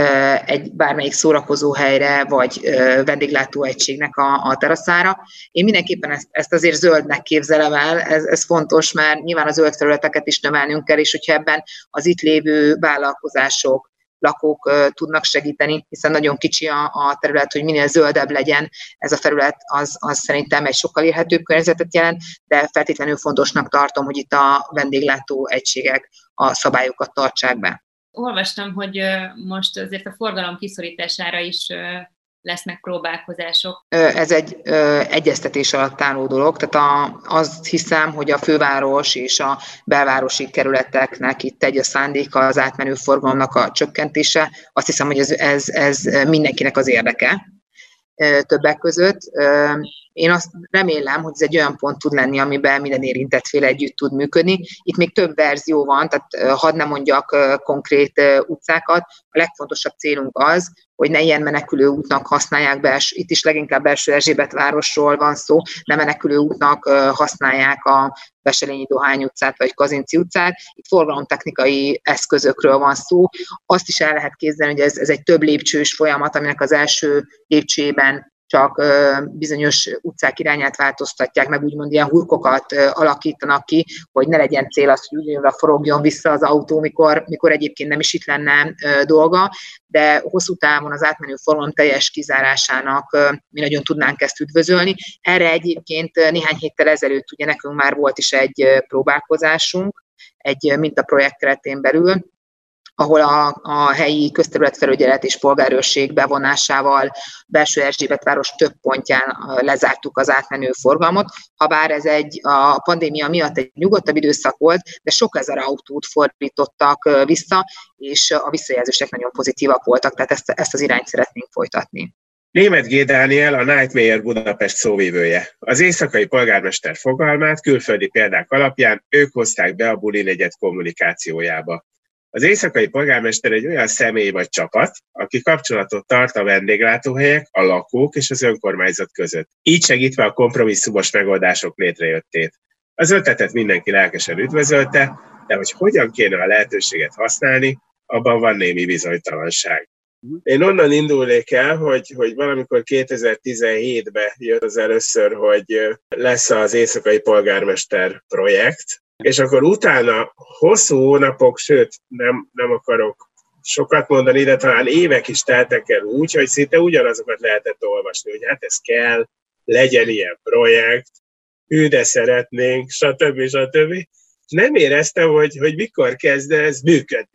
egy bármelyik szórakozó helyre, vagy vendéglátóegységnek a, a teraszára. Én mindenképpen ezt, ezt azért zöldnek képzelem el, ez, ez fontos, mert nyilván a zöld területeket is növelnünk kell, és hogyha ebben az itt lévő vállalkozások, lakók uh, tudnak segíteni, hiszen nagyon kicsi a, a terület, hogy minél zöldebb legyen ez a felület, az, az szerintem egy sokkal élhetőbb környezetet jelent, de feltétlenül fontosnak tartom, hogy itt a vendéglátó egységek a szabályokat tartsák be. Olvastam, hogy uh, most azért a forgalom kiszorítására is uh, lesznek próbálkozások. Ez egy ö, egyeztetés alatt álló dolog, tehát a, azt hiszem, hogy a főváros és a belvárosi kerületeknek itt egy a szándéka az átmenő forgalomnak a csökkentése. Azt hiszem, hogy ez, ez, ez mindenkinek az érdeke többek között. Én azt remélem, hogy ez egy olyan pont tud lenni, amiben minden érintett fél együtt tud működni. Itt még több verzió van, tehát hadd ne mondjak konkrét utcákat. A legfontosabb célunk az, hogy ne ilyen menekülő útnak használják be, itt is leginkább belső Erzsébetvárosról van szó, ne menekülő útnak használják a Veselényi Dohány utcát vagy Kazinczy utcát. Itt forgalomtechnikai eszközökről van szó. Azt is el lehet képzelni, hogy ez, ez egy több lépcsős folyamat, aminek az első lépcsőjében csak bizonyos utcák irányát változtatják, meg úgymond ilyen hurkokat alakítanak ki, hogy ne legyen cél az, hogy ugyanúgy forogjon vissza az autó, mikor, mikor egyébként nem is itt lenne dolga, de hosszú távon az átmenő forgalom teljes kizárásának mi nagyon tudnánk ezt üdvözölni. Erre egyébként néhány héttel ezelőtt ugye nekünk már volt is egy próbálkozásunk, egy mintaprojekt keretén belül, ahol a, a helyi közterületfelügyelet és polgárőrség bevonásával belső Erzsébetváros több pontján lezártuk az átmenő forgalmat. Habár ez egy a pandémia miatt egy nyugodtabb időszak volt, de sok ezer autót fordítottak vissza, és a visszajelzések nagyon pozitívak voltak, tehát ezt, ezt az irányt szeretnénk folytatni. Németh G. Dániel a Nightmare Budapest szóvivője. Az éjszakai polgármester fogalmát külföldi példák alapján ők hozták be a buli negyed kommunikációjába. Az éjszakai polgármester egy olyan személy vagy csapat, aki kapcsolatot tart a vendéglátóhelyek, a lakók és az önkormányzat között. Így segítve a kompromisszumos megoldások létrejöttét. Az ötletet mindenki lelkesen üdvözölte, de hogy hogyan kéne a lehetőséget használni, abban van némi bizonytalanság. Én onnan indulnék el, hogy, hogy valamikor kétezer-tizenhétben jött az először, hogy lesz az éjszakai polgármester projekt, és akkor utána hosszú hónapok, sőt, nem, nem akarok sokat mondani, de talán évek is teltek el úgy, hogy szinte ugyanazokat lehetett olvasni, hogy hát ez kell, legyen ilyen projekt, hű, de szeretnénk, stb. stb. Nem éreztem, hogy, hogy mikor kezd ez működni.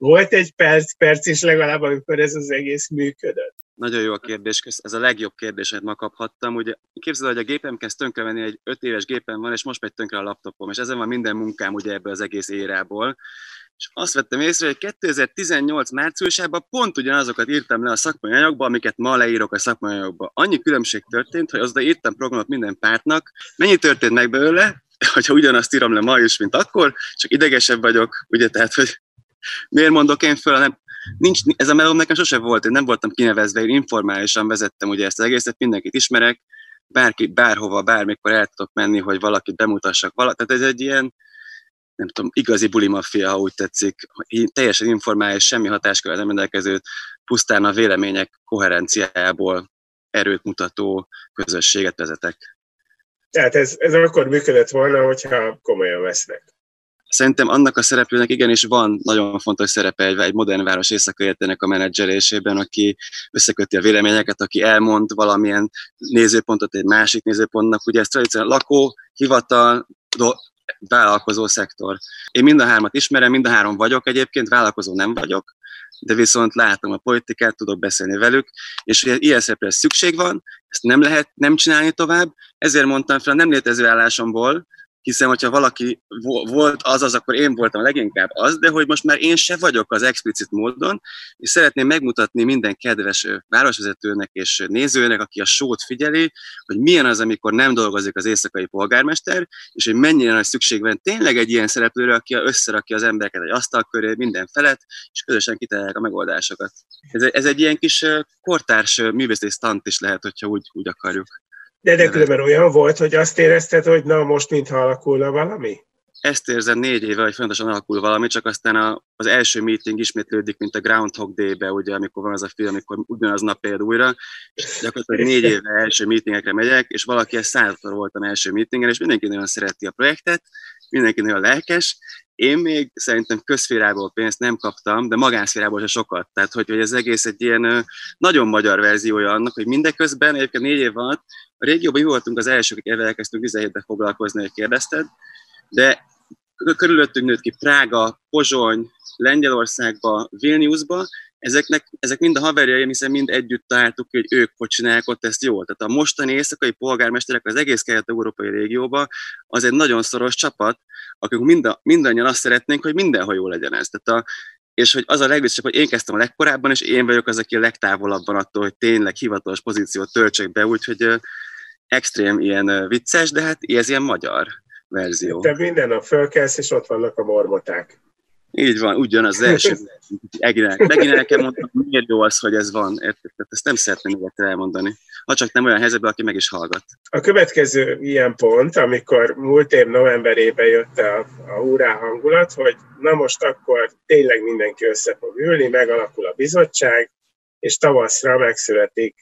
Volt egy perc, perc is legalább, amikor ez az egész működött? Nagyon jó a kérdés, ez a legjobb kérdés, amit ma kaphattam. Ugye képzeld, hogy a gépem kezd tönkrevenni, egy öt éves gépem van, és most megy tönkre a laptopom, és ezen van minden munkám ugye ebből az egész érából. És azt vettem észre, hogy kétezer-tizennyolc márciusában pont ugyanazokat írtam le a szakmai anyagba, amiket ma leírok a szakmai anyagba. Annyi különbség történt, hogy azóta írtam programot minden pártnak. Mennyi történt meg belőle, hogyha ugyanazt írom le ma is, mint akkor, csak idegesebb vagyok, ugye, tehát, hogy miért mondok én föl, nem, nincs, ez a melóm nekem sose volt, én nem voltam kinevezve, én informálisan vezettem ugye ezt az egészet, mindenkit ismerek, bárki, bárhova, bármikor el tudok menni, hogy valakit bemutassak valamit, tehát ez egy ilyen, nem tudom, igazi bulimafia, ha úgy tetszik, teljesen informális, semmi hatáskörrel nem rendelkező, pusztán a vélemények koherenciájából erőt mutató közösséget vezetek. Tehát ez, ez akkor működött volna, hogyha komolyan vesznek. Szerintem annak a szereplőnek igenis van nagyon fontos szerepe egy, egy modern város éjszakai életének a menedzselésében, aki összeköti a véleményeket, aki elmond valamilyen nézőpontot egy másik nézőpontnak. Ugye ez tradicionális lakó, hivatal, do, vállalkozó szektor. Én mind a hármat ismerem, mind a három vagyok egyébként, vállalkozó nem vagyok, de viszont látom a politikát, tudok beszélni velük, és hogy ilyen szerepre szükség van, ezt nem lehet nem csinálni tovább, ezért mondtam fel a nem létező állásomból, hiszen, hogyha valaki volt az, akkor én voltam leginkább az, de hogy most már én se vagyok az explicit módon, és szeretném megmutatni minden kedves városvezetőnek és nézőnek, aki a show-t figyeli, hogy milyen az, amikor nem dolgozik az éjszakai polgármester, és hogy mennyire nagy szükség van tényleg egy ilyen szereplőre, aki összerakja az embereket egy asztal köré minden felett, és közösen kitalálják a megoldásokat. Ez, ez egy ilyen kis kortárs művészeti stunt is lehet, hogyha úgy, úgy akarjuk. De, de különben olyan volt, hogy azt érezted, hogy na most mintha alakulna valami? Ezt érzem négy éve, hogy fontosan alakul valami, csak aztán a, az első meeting ismétlődik, mint a Groundhog Day-be, ugye, amikor van az a film, amikor ugyanaz nap él újra, és gyakorlatilag négy éve első meetingekre megyek, és valaki ezt százszor voltam első meetingen, és mindenki nagyon szereti a projektet, mindenki nagyon lelkes. Én még szerintem közszférából pénzt nem kaptam, de magánszférából se sokat. Tehát, hogy, hogy ez egész egy ilyen nagyon magyar verziója annak, hogy mindeközben, egyébként négy év alatt a régióban mi voltunk az elsők, akik ezzel elkezdtünk tizenhétben foglalkozni, hogy kérdezted, de körülöttünk nőtt ki Prága, Pozsony, Lengyelországba, Vilniusba, ezeknek, ezek mind a haverjaim, hiszen mind együtt találtuk ki, hogy ők hogy csinálják ott ezt jól. Tehát a mostani éjszakai polgármesterek az egész kelet-európai régióban az egy nagyon szoros csapat, akik mind a, mindannyian azt szeretnénk, hogy mindenhol jó legyen ez. Tehát a, és hogy az a legbiztosabb, hogy én kezdtem a legkorábban, és én vagyok az, aki a legtávolabb van attól, hogy tényleg hivatalos pozíciót töltsek be, úgyhogy uh, extrém ilyen uh, vicces, de hát ez ilyen magyar verzió. Te minden nap fölkelsz, és ott vannak a mormoták. Így van, ugyanaz az első. Megint el kell mondani, miért jó az, hogy ez van. Tehát ezt nem szeretném még elmondani. Ha csak nem olyan helyzetben, aki meg is hallgat. A következő ilyen pont, amikor múlt év novemberében jött a, a hurrá hangulat, hogy na most akkor tényleg mindenki össze fog ülni, megalakul a bizottság, és tavaszra megszületik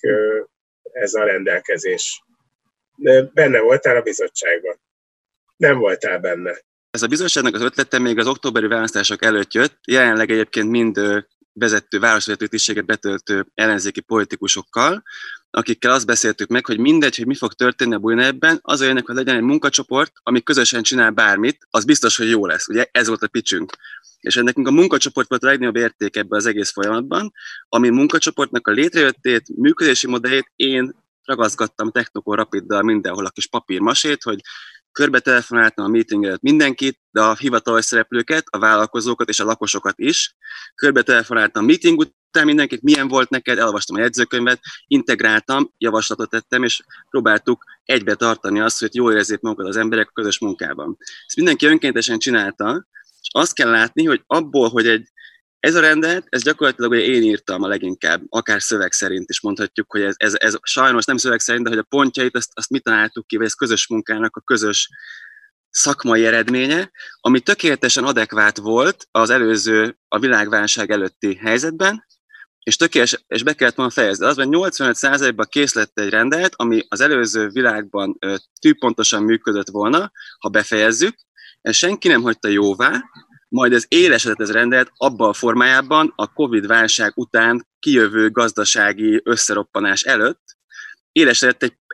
ez a rendelkezés. Benne voltál a bizottságban? Nem voltál benne. Ez a bizottságnak az ötlete még az októberi választások előtt jött, jelenleg egyébként mind vezető, városvezető tisztséget betöltő ellenzéki politikusokkal, akikkel azt beszéltük meg, hogy mindegy, hogy mi fog történni a Bulinebben, az a jönnek, hogy legyen egy munkacsoport, ami közösen csinál bármit, az biztos, hogy jó lesz. Ugye ez volt a pitchünk. És nekünk a munkacsoport volt a legnagyobb érték ebben az egész folyamatban, ami munkacsoportnak a létrejöttét, működési modelljét én ragaszgattam Technokó Rapiddal mindenhol a kis papírmasét, hogy körbe telefonáltam a meeting előtt mindenkit, de a hivatalos szereplőket, a vállalkozókat és a lakosokat is. Körbe telefonáltam a meeting után mindenkit, milyen volt neked, elolvastam a jegyzőkönyvet, integráltam, javaslatot tettem, és próbáltuk egybe tartani azt, hogy jól érezzék magukat az emberek a közös munkában. Ezt mindenki önkéntesen csinálta, és azt kell látni, hogy abból, hogy egy ez a rendelet, ez gyakorlatilag ugye én írtam a leginkább, akár szöveg szerint is mondhatjuk, hogy ez, ez, ez sajnos nem szöveg szerint, de hogy a pontjait, azt, azt mi találtuk ki, vagy ez közös munkának a közös szakmai eredménye, ami tökéletesen adekvát volt az előző, a világválság előtti helyzetben, és tökéletes, és be kellett volna fejezni. Az, hogy nyolcvanöt százalékban kész lett egy rendelet, ami az előző világban tűpontosan működött volna, ha befejezzük, ezt senki nem hagyta jóvá, majd ez élesedett ez rendelet abban a formájában a Covid-válság után kijövő gazdasági összeroppanás előtt, élesedett egy, egy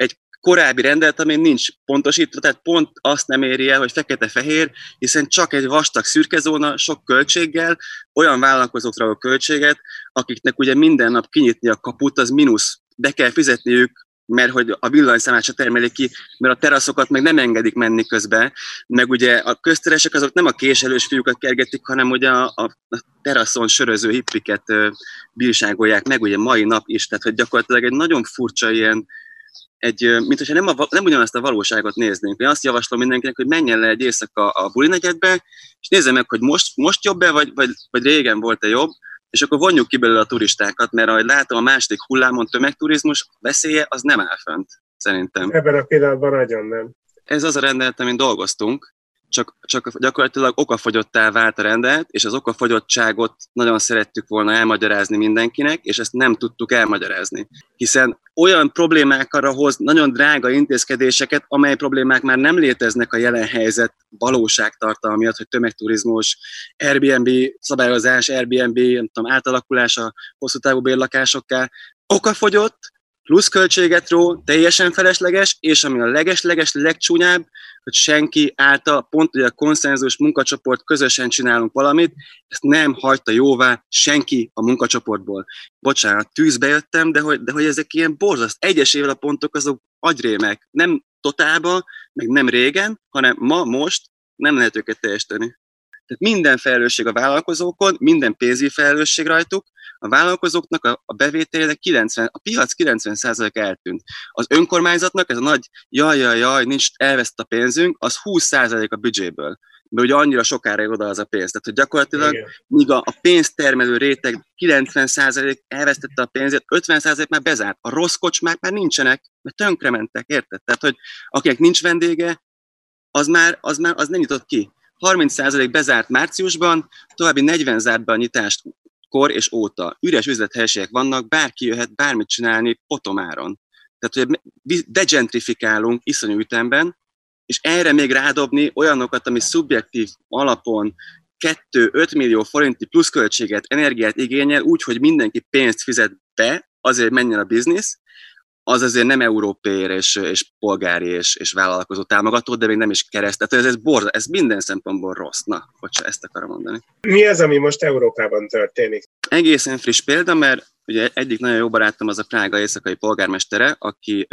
korábbi rendelet, ami nincs pontosítva, tehát pont azt nem éri el, hogy fekete-fehér, hiszen csak egy vastag szürke zóna, sok költséggel, olyan vállalkozókra a költséget, akiknek ugye minden nap kinyitni a kaput, az mínusz, be kell fizetniük, mert hogy a villanyszámát se termelik ki, mert a teraszokat meg nem engedik menni közben, meg ugye a közteresek azok nem a késelős fiúkat kergetik, hanem ugye a, a teraszon söröző hippiket bírságolják meg, ugye mai nap is, tehát hogy gyakorlatilag egy nagyon furcsa ilyen, egy, mint hogyha nem, a, nem ugyanazt a valóságot néznénk. Én azt javaslom mindenkinek, hogy menjen le egy éjszaka a bulinegyedbe, és nézze meg, hogy most, most jobb-e, vagy, vagy, vagy régen volt-e jobb, és akkor vonjuk ki belőle a turistákat, mert ahogy látom, a második hullámon tömegturizmus veszélye az nem áll fönt, szerintem. Ebben a pillanatban nagyon nem. Ez az a rendelet, amin dolgoztunk, csak, csak gyakorlatilag okafogyottá vált a rendelet, és az okafogyottságot nagyon szerettük volna elmagyarázni mindenkinek, és ezt nem tudtuk elmagyarázni. Hiszen olyan problémákra hoz nagyon drága intézkedéseket, amely problémák már nem léteznek a jelen helyzet valóságtartalma miatt, hogy tömegturizmus, Airbnb szabályozás, Airbnb nem tudom, átalakulása hosszú távú bérlakásokká, okafogyott, plusz költséget ró, teljesen felesleges, és ami a leges-leges legcsúnyább, hogy senki által, pont ugye a konszenzus munkacsoport közösen csinálunk valamit, ezt nem hagyta jóvá senki a munkacsoportból. Bocsánat, tűzbe jöttem, de hogy, de hogy ezek ilyen borzasztó. Egyesével a pontok azok agyrémek. Nem totálba, meg nem régen, hanem ma, most nem lehet őket teljesíteni. Tehát minden felelősség a vállalkozókon, minden pénzügyi felelősség rajtuk, a vállalkozóknak a, a bevételének kilencven, a piac kilencven százaléka eltűnt. Az önkormányzatnak ez a nagy jaj, jaj, jaj, nincs, elveszett a pénzünk, az húsz százalék a büdzséből. Mert ugye annyira sokára jön oda az a pénz. Tehát, hogy gyakorlatilag, igen, míg a, a pénztermelő réteg kilencven százalék elvesztette a pénzét, ötven százalék már bezárt. A rossz kocsmák már nincsenek, mert tönkrementek, érted? Tehát, hogy akinek nincs vendége, az már, az már az nem nyitott ki. harminc százalék bezárt márciusban, további negyven zárt be a nyitást kor és óta. Üres üzlethelyiségek vannak, bárki jöhet bármit csinálni potomáron. Tehát, hogy degentrifikálunk iszonyú ütemben, és erre még rádobni olyanokat, ami szubjektív alapon kettő-öt millió forinti pluszköltséget, energiát igényel, úgy, hogy mindenki pénzt fizet be, azért menjen a biznisz, az azért nem európai és, és polgári és, és vállalkozó támogató, de még nem is kereszt. Tehát ez, ez, borza, ez minden szempontból rossz. Na, hogyha ezt akarom mondani. Mi az, ami most Európában történik? Egészen friss példa, mert ugye egyik nagyon jó barátom az a Prága éjszakai polgármestere, aki,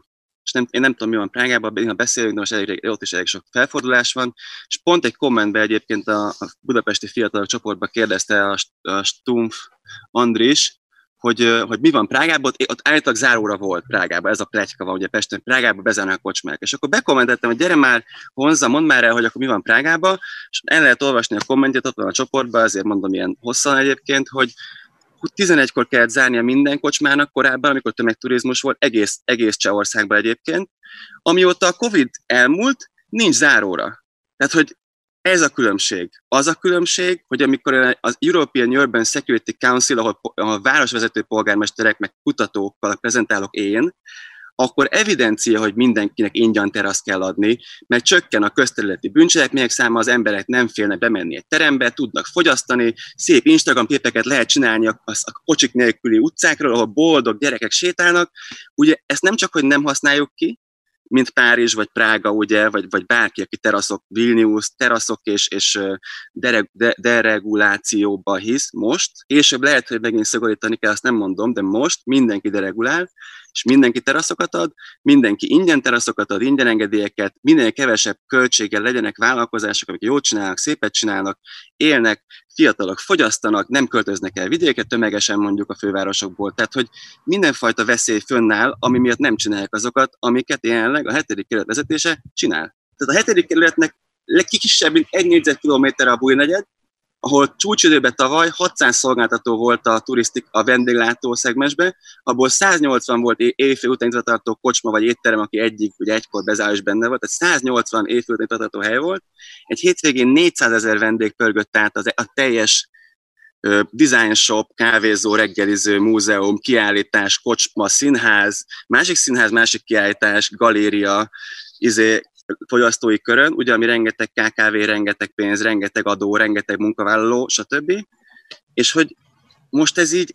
és nem, én nem tudom, mi van Prágában, néha beszélünk, de most elég, ott is elég sok felfordulás van, és pont egy kommentben egyébként a, a budapesti fiatalok csoportban kérdezte a, a Stumpf Andris, Hogy, hogy mi van Prágában, ott, ott állítólag záróra volt Prágában, ez a pletyka van, ugye Pesten, Prágában bezárnak a kocsmák. És akkor bekommentettem, hogy gyere már, Honza, mondd már el, hogy akkor mi van Prágában, és el lehet olvasni a kommentjét, ott van a csoportban, azért mondom ilyen hosszan egyébként, hogy tizenegykor kellett zárnia minden kocsmának korábban, amikor tömegturizmus volt, egész, egész Csehországban egyébként. Amióta a Covid elmúlt, nincs záróra. Tehát, hogy ez a különbség. Az a különbség, hogy amikor az European Urban Security Council, ahol a városvezető polgármesterek, meg kutatókkal prezentálok én, akkor evidencia, hogy mindenkinek ingyen teraszt kell adni, mert csökken a közterületi bűncselekmények száma, az emberek nem félnek bemenni egy terembe, tudnak fogyasztani, szép Instagram képeket lehet csinálni a, a kocsik nélküli utcákról, ahol boldog gyerekek sétálnak. Ugye ezt nem csak, hogy nem használjuk ki, mint Párizs, vagy Prága, ugye, vagy, vagy bárki, aki teraszok, Vilnius, teraszok és, és dereg, de, deregulációba hisz most. Később lehet, hogy megint szigorítani kell, azt nem mondom, de most mindenki deregulál, és mindenki teraszokat ad, mindenki ingyen teraszokat ad, ingyen engedélyeket, minél kevesebb költséggel legyenek vállalkozások, amik jót csinálnak, szépet csinálnak, élnek, fiatalok fogyasztanak, nem költöznek el vidéket tömegesen mondjuk a fővárosokból. Tehát, hogy mindenfajta veszély fönnáll, ami miatt nem csinálják azokat, amiket jelenleg a hetedik kerület vezetése csinál. Tehát a hetedik kerületnek legkisebb, mint egy négyzetkilométerre a Bújnegyed, ahol csúcsidőben tavaly hatszáz szolgáltató volt a turisztik, a vendéglátó szegmensben, abból száznyolcvan volt éjfél után nyitvatartó kocsma vagy étterem, aki egyik, ugye egykor bezár is benne volt, tehát száznyolcvan éjfél után nyitvatartó hely volt. Egy hétvégén négyszázezer vendég pörgött át az, a teljes uh, design shop, kávézó, reggeliző, múzeum, kiállítás, kocsma, színház, másik színház, másik kiállítás, galéria, izé, fogyasztói körön, ugye, ami rengeteg ká ká vé, rengeteg pénz, rengeteg adó, rengeteg munkavállaló, stb. És hogy most ez így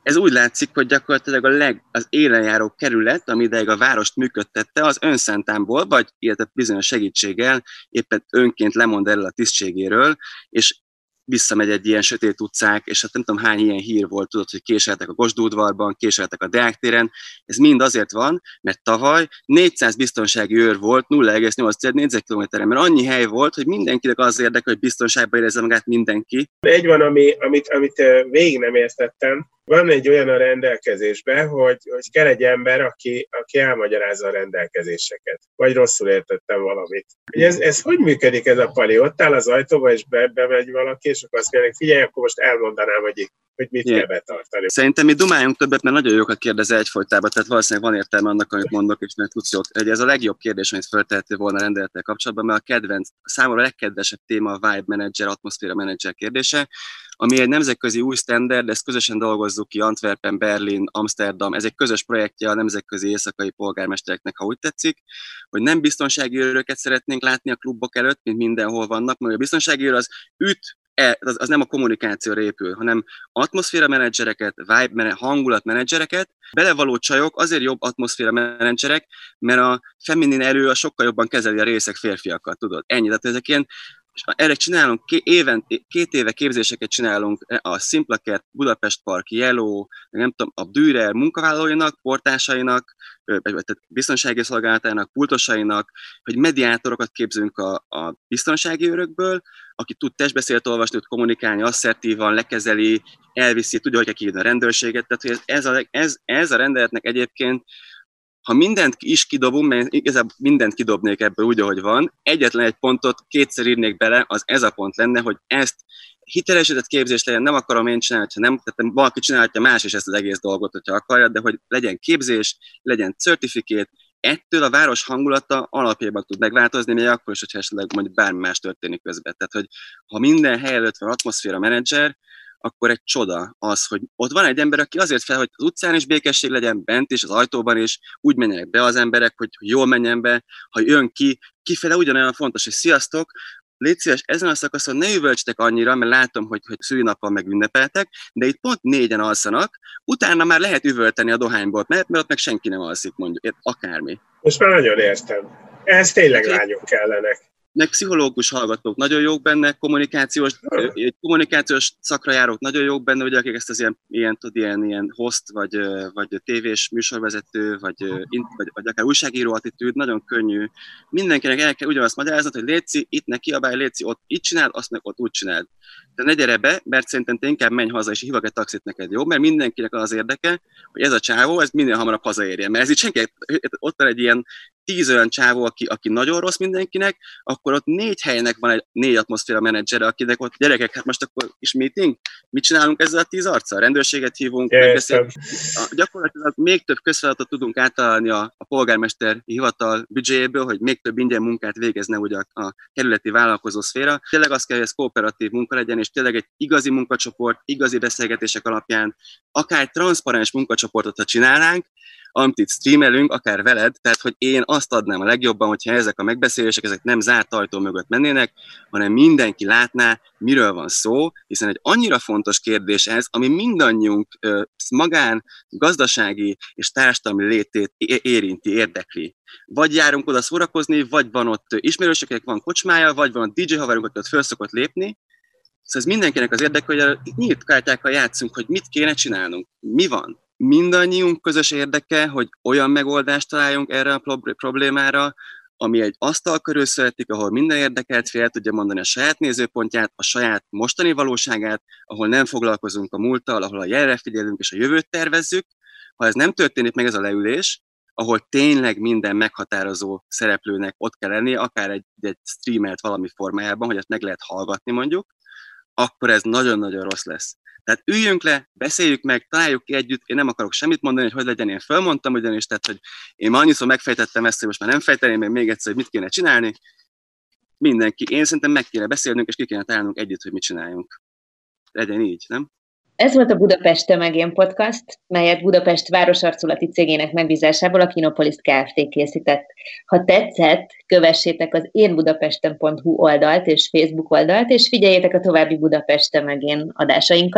ez úgy látszik, hogy gyakorlatilag a leg, az élenjáró kerület, ami ideig a várost működtette, az önszántámból, vagy illetve bizonyos segítséggel éppen önként lemond erről a tisztségéről, és visszamegy egy ilyen sötét utcák, és hát nem tudom hány ilyen hír volt, tudod, hogy késeltek a Kossuth-udvarban, késeltek a Deák téren. Ez mind azért van, mert tavaly négyszáz biztonsági őr volt nulla egész nyolc négyzetkilométeren, mert annyi hely volt, hogy mindenkinek az érdekel, hogy biztonságban érezze magát mindenki. Egy van, ami, amit, amit végig nem értettem. Van egy olyan a rendelkezésben, hogy, hogy kell egy ember, aki, aki elmagyarázza a rendelkezéseket. Vagy rosszul értettem valamit. Ez, ez hogy működik ez a pali? Ott áll az ajtóba, és be, bemegy valaki, és akkor azt mondják, figyelj, akkor most elmondanám, hogy, hogy mit yeah. kell betartani. Szerintem mi dumáljunk többet, mert nagyon jókat kérdezel egyfolytában, tehát valószínűleg van értelme annak, amit mondok, és mert tudsz jót. Ez a legjobb kérdés, amit feltehető volna a rendelettel kapcsolatban, mert a kedvenc, számomra a legkedvesebb téma a Vibe Manager, Atmoszféra Manager kérdése, ami egy nemzetközi új standard, ezt közösen dolgozzuk ki Antwerpen, Berlin, Amsterdam, ez egy közös projektje a nemzetközi éjszakai polgármestereknek, ha úgy tetszik, hogy nem biztonsági őröket szeretnénk látni a klubok előtt, mint mindenhol vannak, mert a biztonsági őr az üt, az, az nem a kommunikációra épül, hanem atmoszféra menedzsereket, vibe menedzsereket, hangulat menedzsereket, belevaló csajok azért jobb atmoszféra menedzserek, mert a feminin erő a sokkal jobban kezeli a részek férfiakat, tudod, ennyi, tehát ezek ilyen. És erre csinálunk, két, éven, két éve képzéseket csinálunk a Simplakert, Budapest Park, Yellow, nem tudom, a Dürer munkavállalóinak, portásainak, tehát biztonsági szolgálatának, pultosainak, hogy mediátorokat képzünk a, a biztonsági őrökből, aki tud testbeszélt olvasni, tud kommunikálni, asszertívan, lekezeli, elviszi, tudja, hogy kell kihívni a rendőrséget. Tehát hogy ez, a, ez, ez a rendeletnek egyébként, ha mindent is kidobunk, mert igazából mindent kidobnék ebből úgy, ahogy van, egyetlen egy pontot kétszer írnék bele, az ez a pont lenne, hogy ezt hitelesített képzés legyen, nem akarom én csinálni, ha nem, tehát valaki csinálhatja más is ezt az egész dolgot, hogyha akarja, de hogy legyen képzés, legyen certificate, ettől a város hangulata alapjában tud megváltozni, még akkor is, hogyha esetleg mondjuk bármi más történik közben. Tehát, hogy ha minden hely előtt van atmoszféra menedzser, akkor egy csoda az, hogy ott van egy ember, aki azért fel, hogy az utcán is békesség legyen, bent is, az ajtóban is, úgy menjenek be az emberek, hogy jól menjen be, ha jön ki, kifele ugyanolyan fontos, hogy sziasztok, légy szíves, ezen a szakaszon ne üvöltsetek annyira, mert látom, hogy, hogy szülinappal meg ünnepeltek, de itt pont négyen alszanak, utána már lehet üvölteni a dohányból, mert, mert ott meg senki nem alszik, mondjuk, akármi. Most már nagyon értem. Ez tényleg lányok kellenek. Meg pszichológus hallgatók nagyon jók benne, kommunikációs, kommunikációs szakra járók nagyon jók benne, ugye, akik ezt az ilyen, ilyen, tud, ilyen, ilyen host, vagy, vagy tévés műsorvezető, vagy, vagy, vagy akár újságíró attitűd, nagyon könnyű. Mindenkinek el kell ugyanazt magyarázni, hogy létszi, itt ne kiabálj, létszi, ott így csináld, azt meg ott úgy csináld. De ne gyere be, mert szerintem te inkább menj haza, és hívok egy taxit neked, jó? Mert mindenkinek az érdeke, hogy ez a csávó, ez minél hamarabb hazaérjen. Mert ez itt senki, ott van egy ilyen tíz olyan csávó, aki, aki nagyon rossz mindenkinek, akkor ott négy helynek van egy négy atmoszféra menedzsere, akinek ott gyerekek, hát most akkor is meeting? Mit csinálunk ezzel a tíz arccal? Rendőrséget hívunk, megbeszélünk. Gyakorlatilag még több közfeladatot tudunk átalálni a, a polgármester hivatal büdzséjéből, hogy még több ingyen munkát végezne ugye a, a kerületi vállalkozó szféra. Tényleg az kell, hogy ez kooperatív munka legyen, és tényleg egy igazi munkacsoport, igazi beszélgetések alapján, akár transzparens munkacsoportot, ha csinálnánk, amit itt streamelünk, akár veled, tehát hogy én azt adnám a legjobban, hogyha ezek a megbeszélések, ezek nem zárt ajtó mögött mennének, hanem mindenki látná, miről van szó, hiszen egy annyira fontos kérdés ez, ami mindannyiunk ö, magán, gazdasági és társadalmi létét érinti, érdekli. Vagy járunk oda szórakozni, vagy van ott ismerősöknek van kocsmája, vagy van a dé dzsé haverunk, aki ott föl szokott lépni. Szóval ez mindenkinek az érdeke, hogy a nyílt kártyákkal játszunk, hogy mit kéne csinálnunk, mi van. Mindannyiunk közös érdeke, hogy olyan megoldást találjunk erre a problémára, ami egy asztal körül születik, ahol minden érdekelt fél tudja mondani a saját nézőpontját, a saját mostani valóságát, ahol nem foglalkozunk a múlttal, ahol a jelenre figyelünk és a jövőt tervezzük. Ha ez nem történik meg ez a leülés, ahol tényleg minden meghatározó szereplőnek ott kell lennie, akár egy, egy streamelt valami formájában, hogy ezt meg lehet hallgatni mondjuk, akkor ez nagyon-nagyon rossz lesz. Tehát üljünk le, beszéljük meg, találjuk ki együtt, én nem akarok semmit mondani, hogy hogy legyen, én fölmondtam ugyanis, tehát hogy én már annyiszor megfejtettem ezt, hogy most már nem fejteném meg még egyszer, hogy mit kéne csinálni. Mindenki, én szerintem meg kéne beszélnünk, és ki kéne találnunk együtt, hogy mit csináljunk. Legyen így, nem? Ez volt a Budapest Tömegén podcast, melyet Budapest városarculati cégének megbízásából a Kinopolis Kft. Készített. Ha tetszett, kövessétek az énbudapesten pont hu oldalt és Facebook oldalt, és figyeljétek a további Budapest Tömegén adásainkat,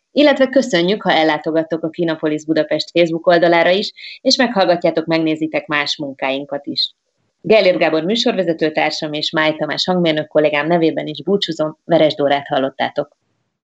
illetve köszönjük, ha ellátogattok a Kinopolis Budapest Facebook oldalára is, és meghallgatjátok, megnézitek más munkáinkat is. Gellért Gábor műsorvezetőtársam és Máj Tamás hangmérnök kollégám nevében is búcsúzom, Veres Dórát hallottátok.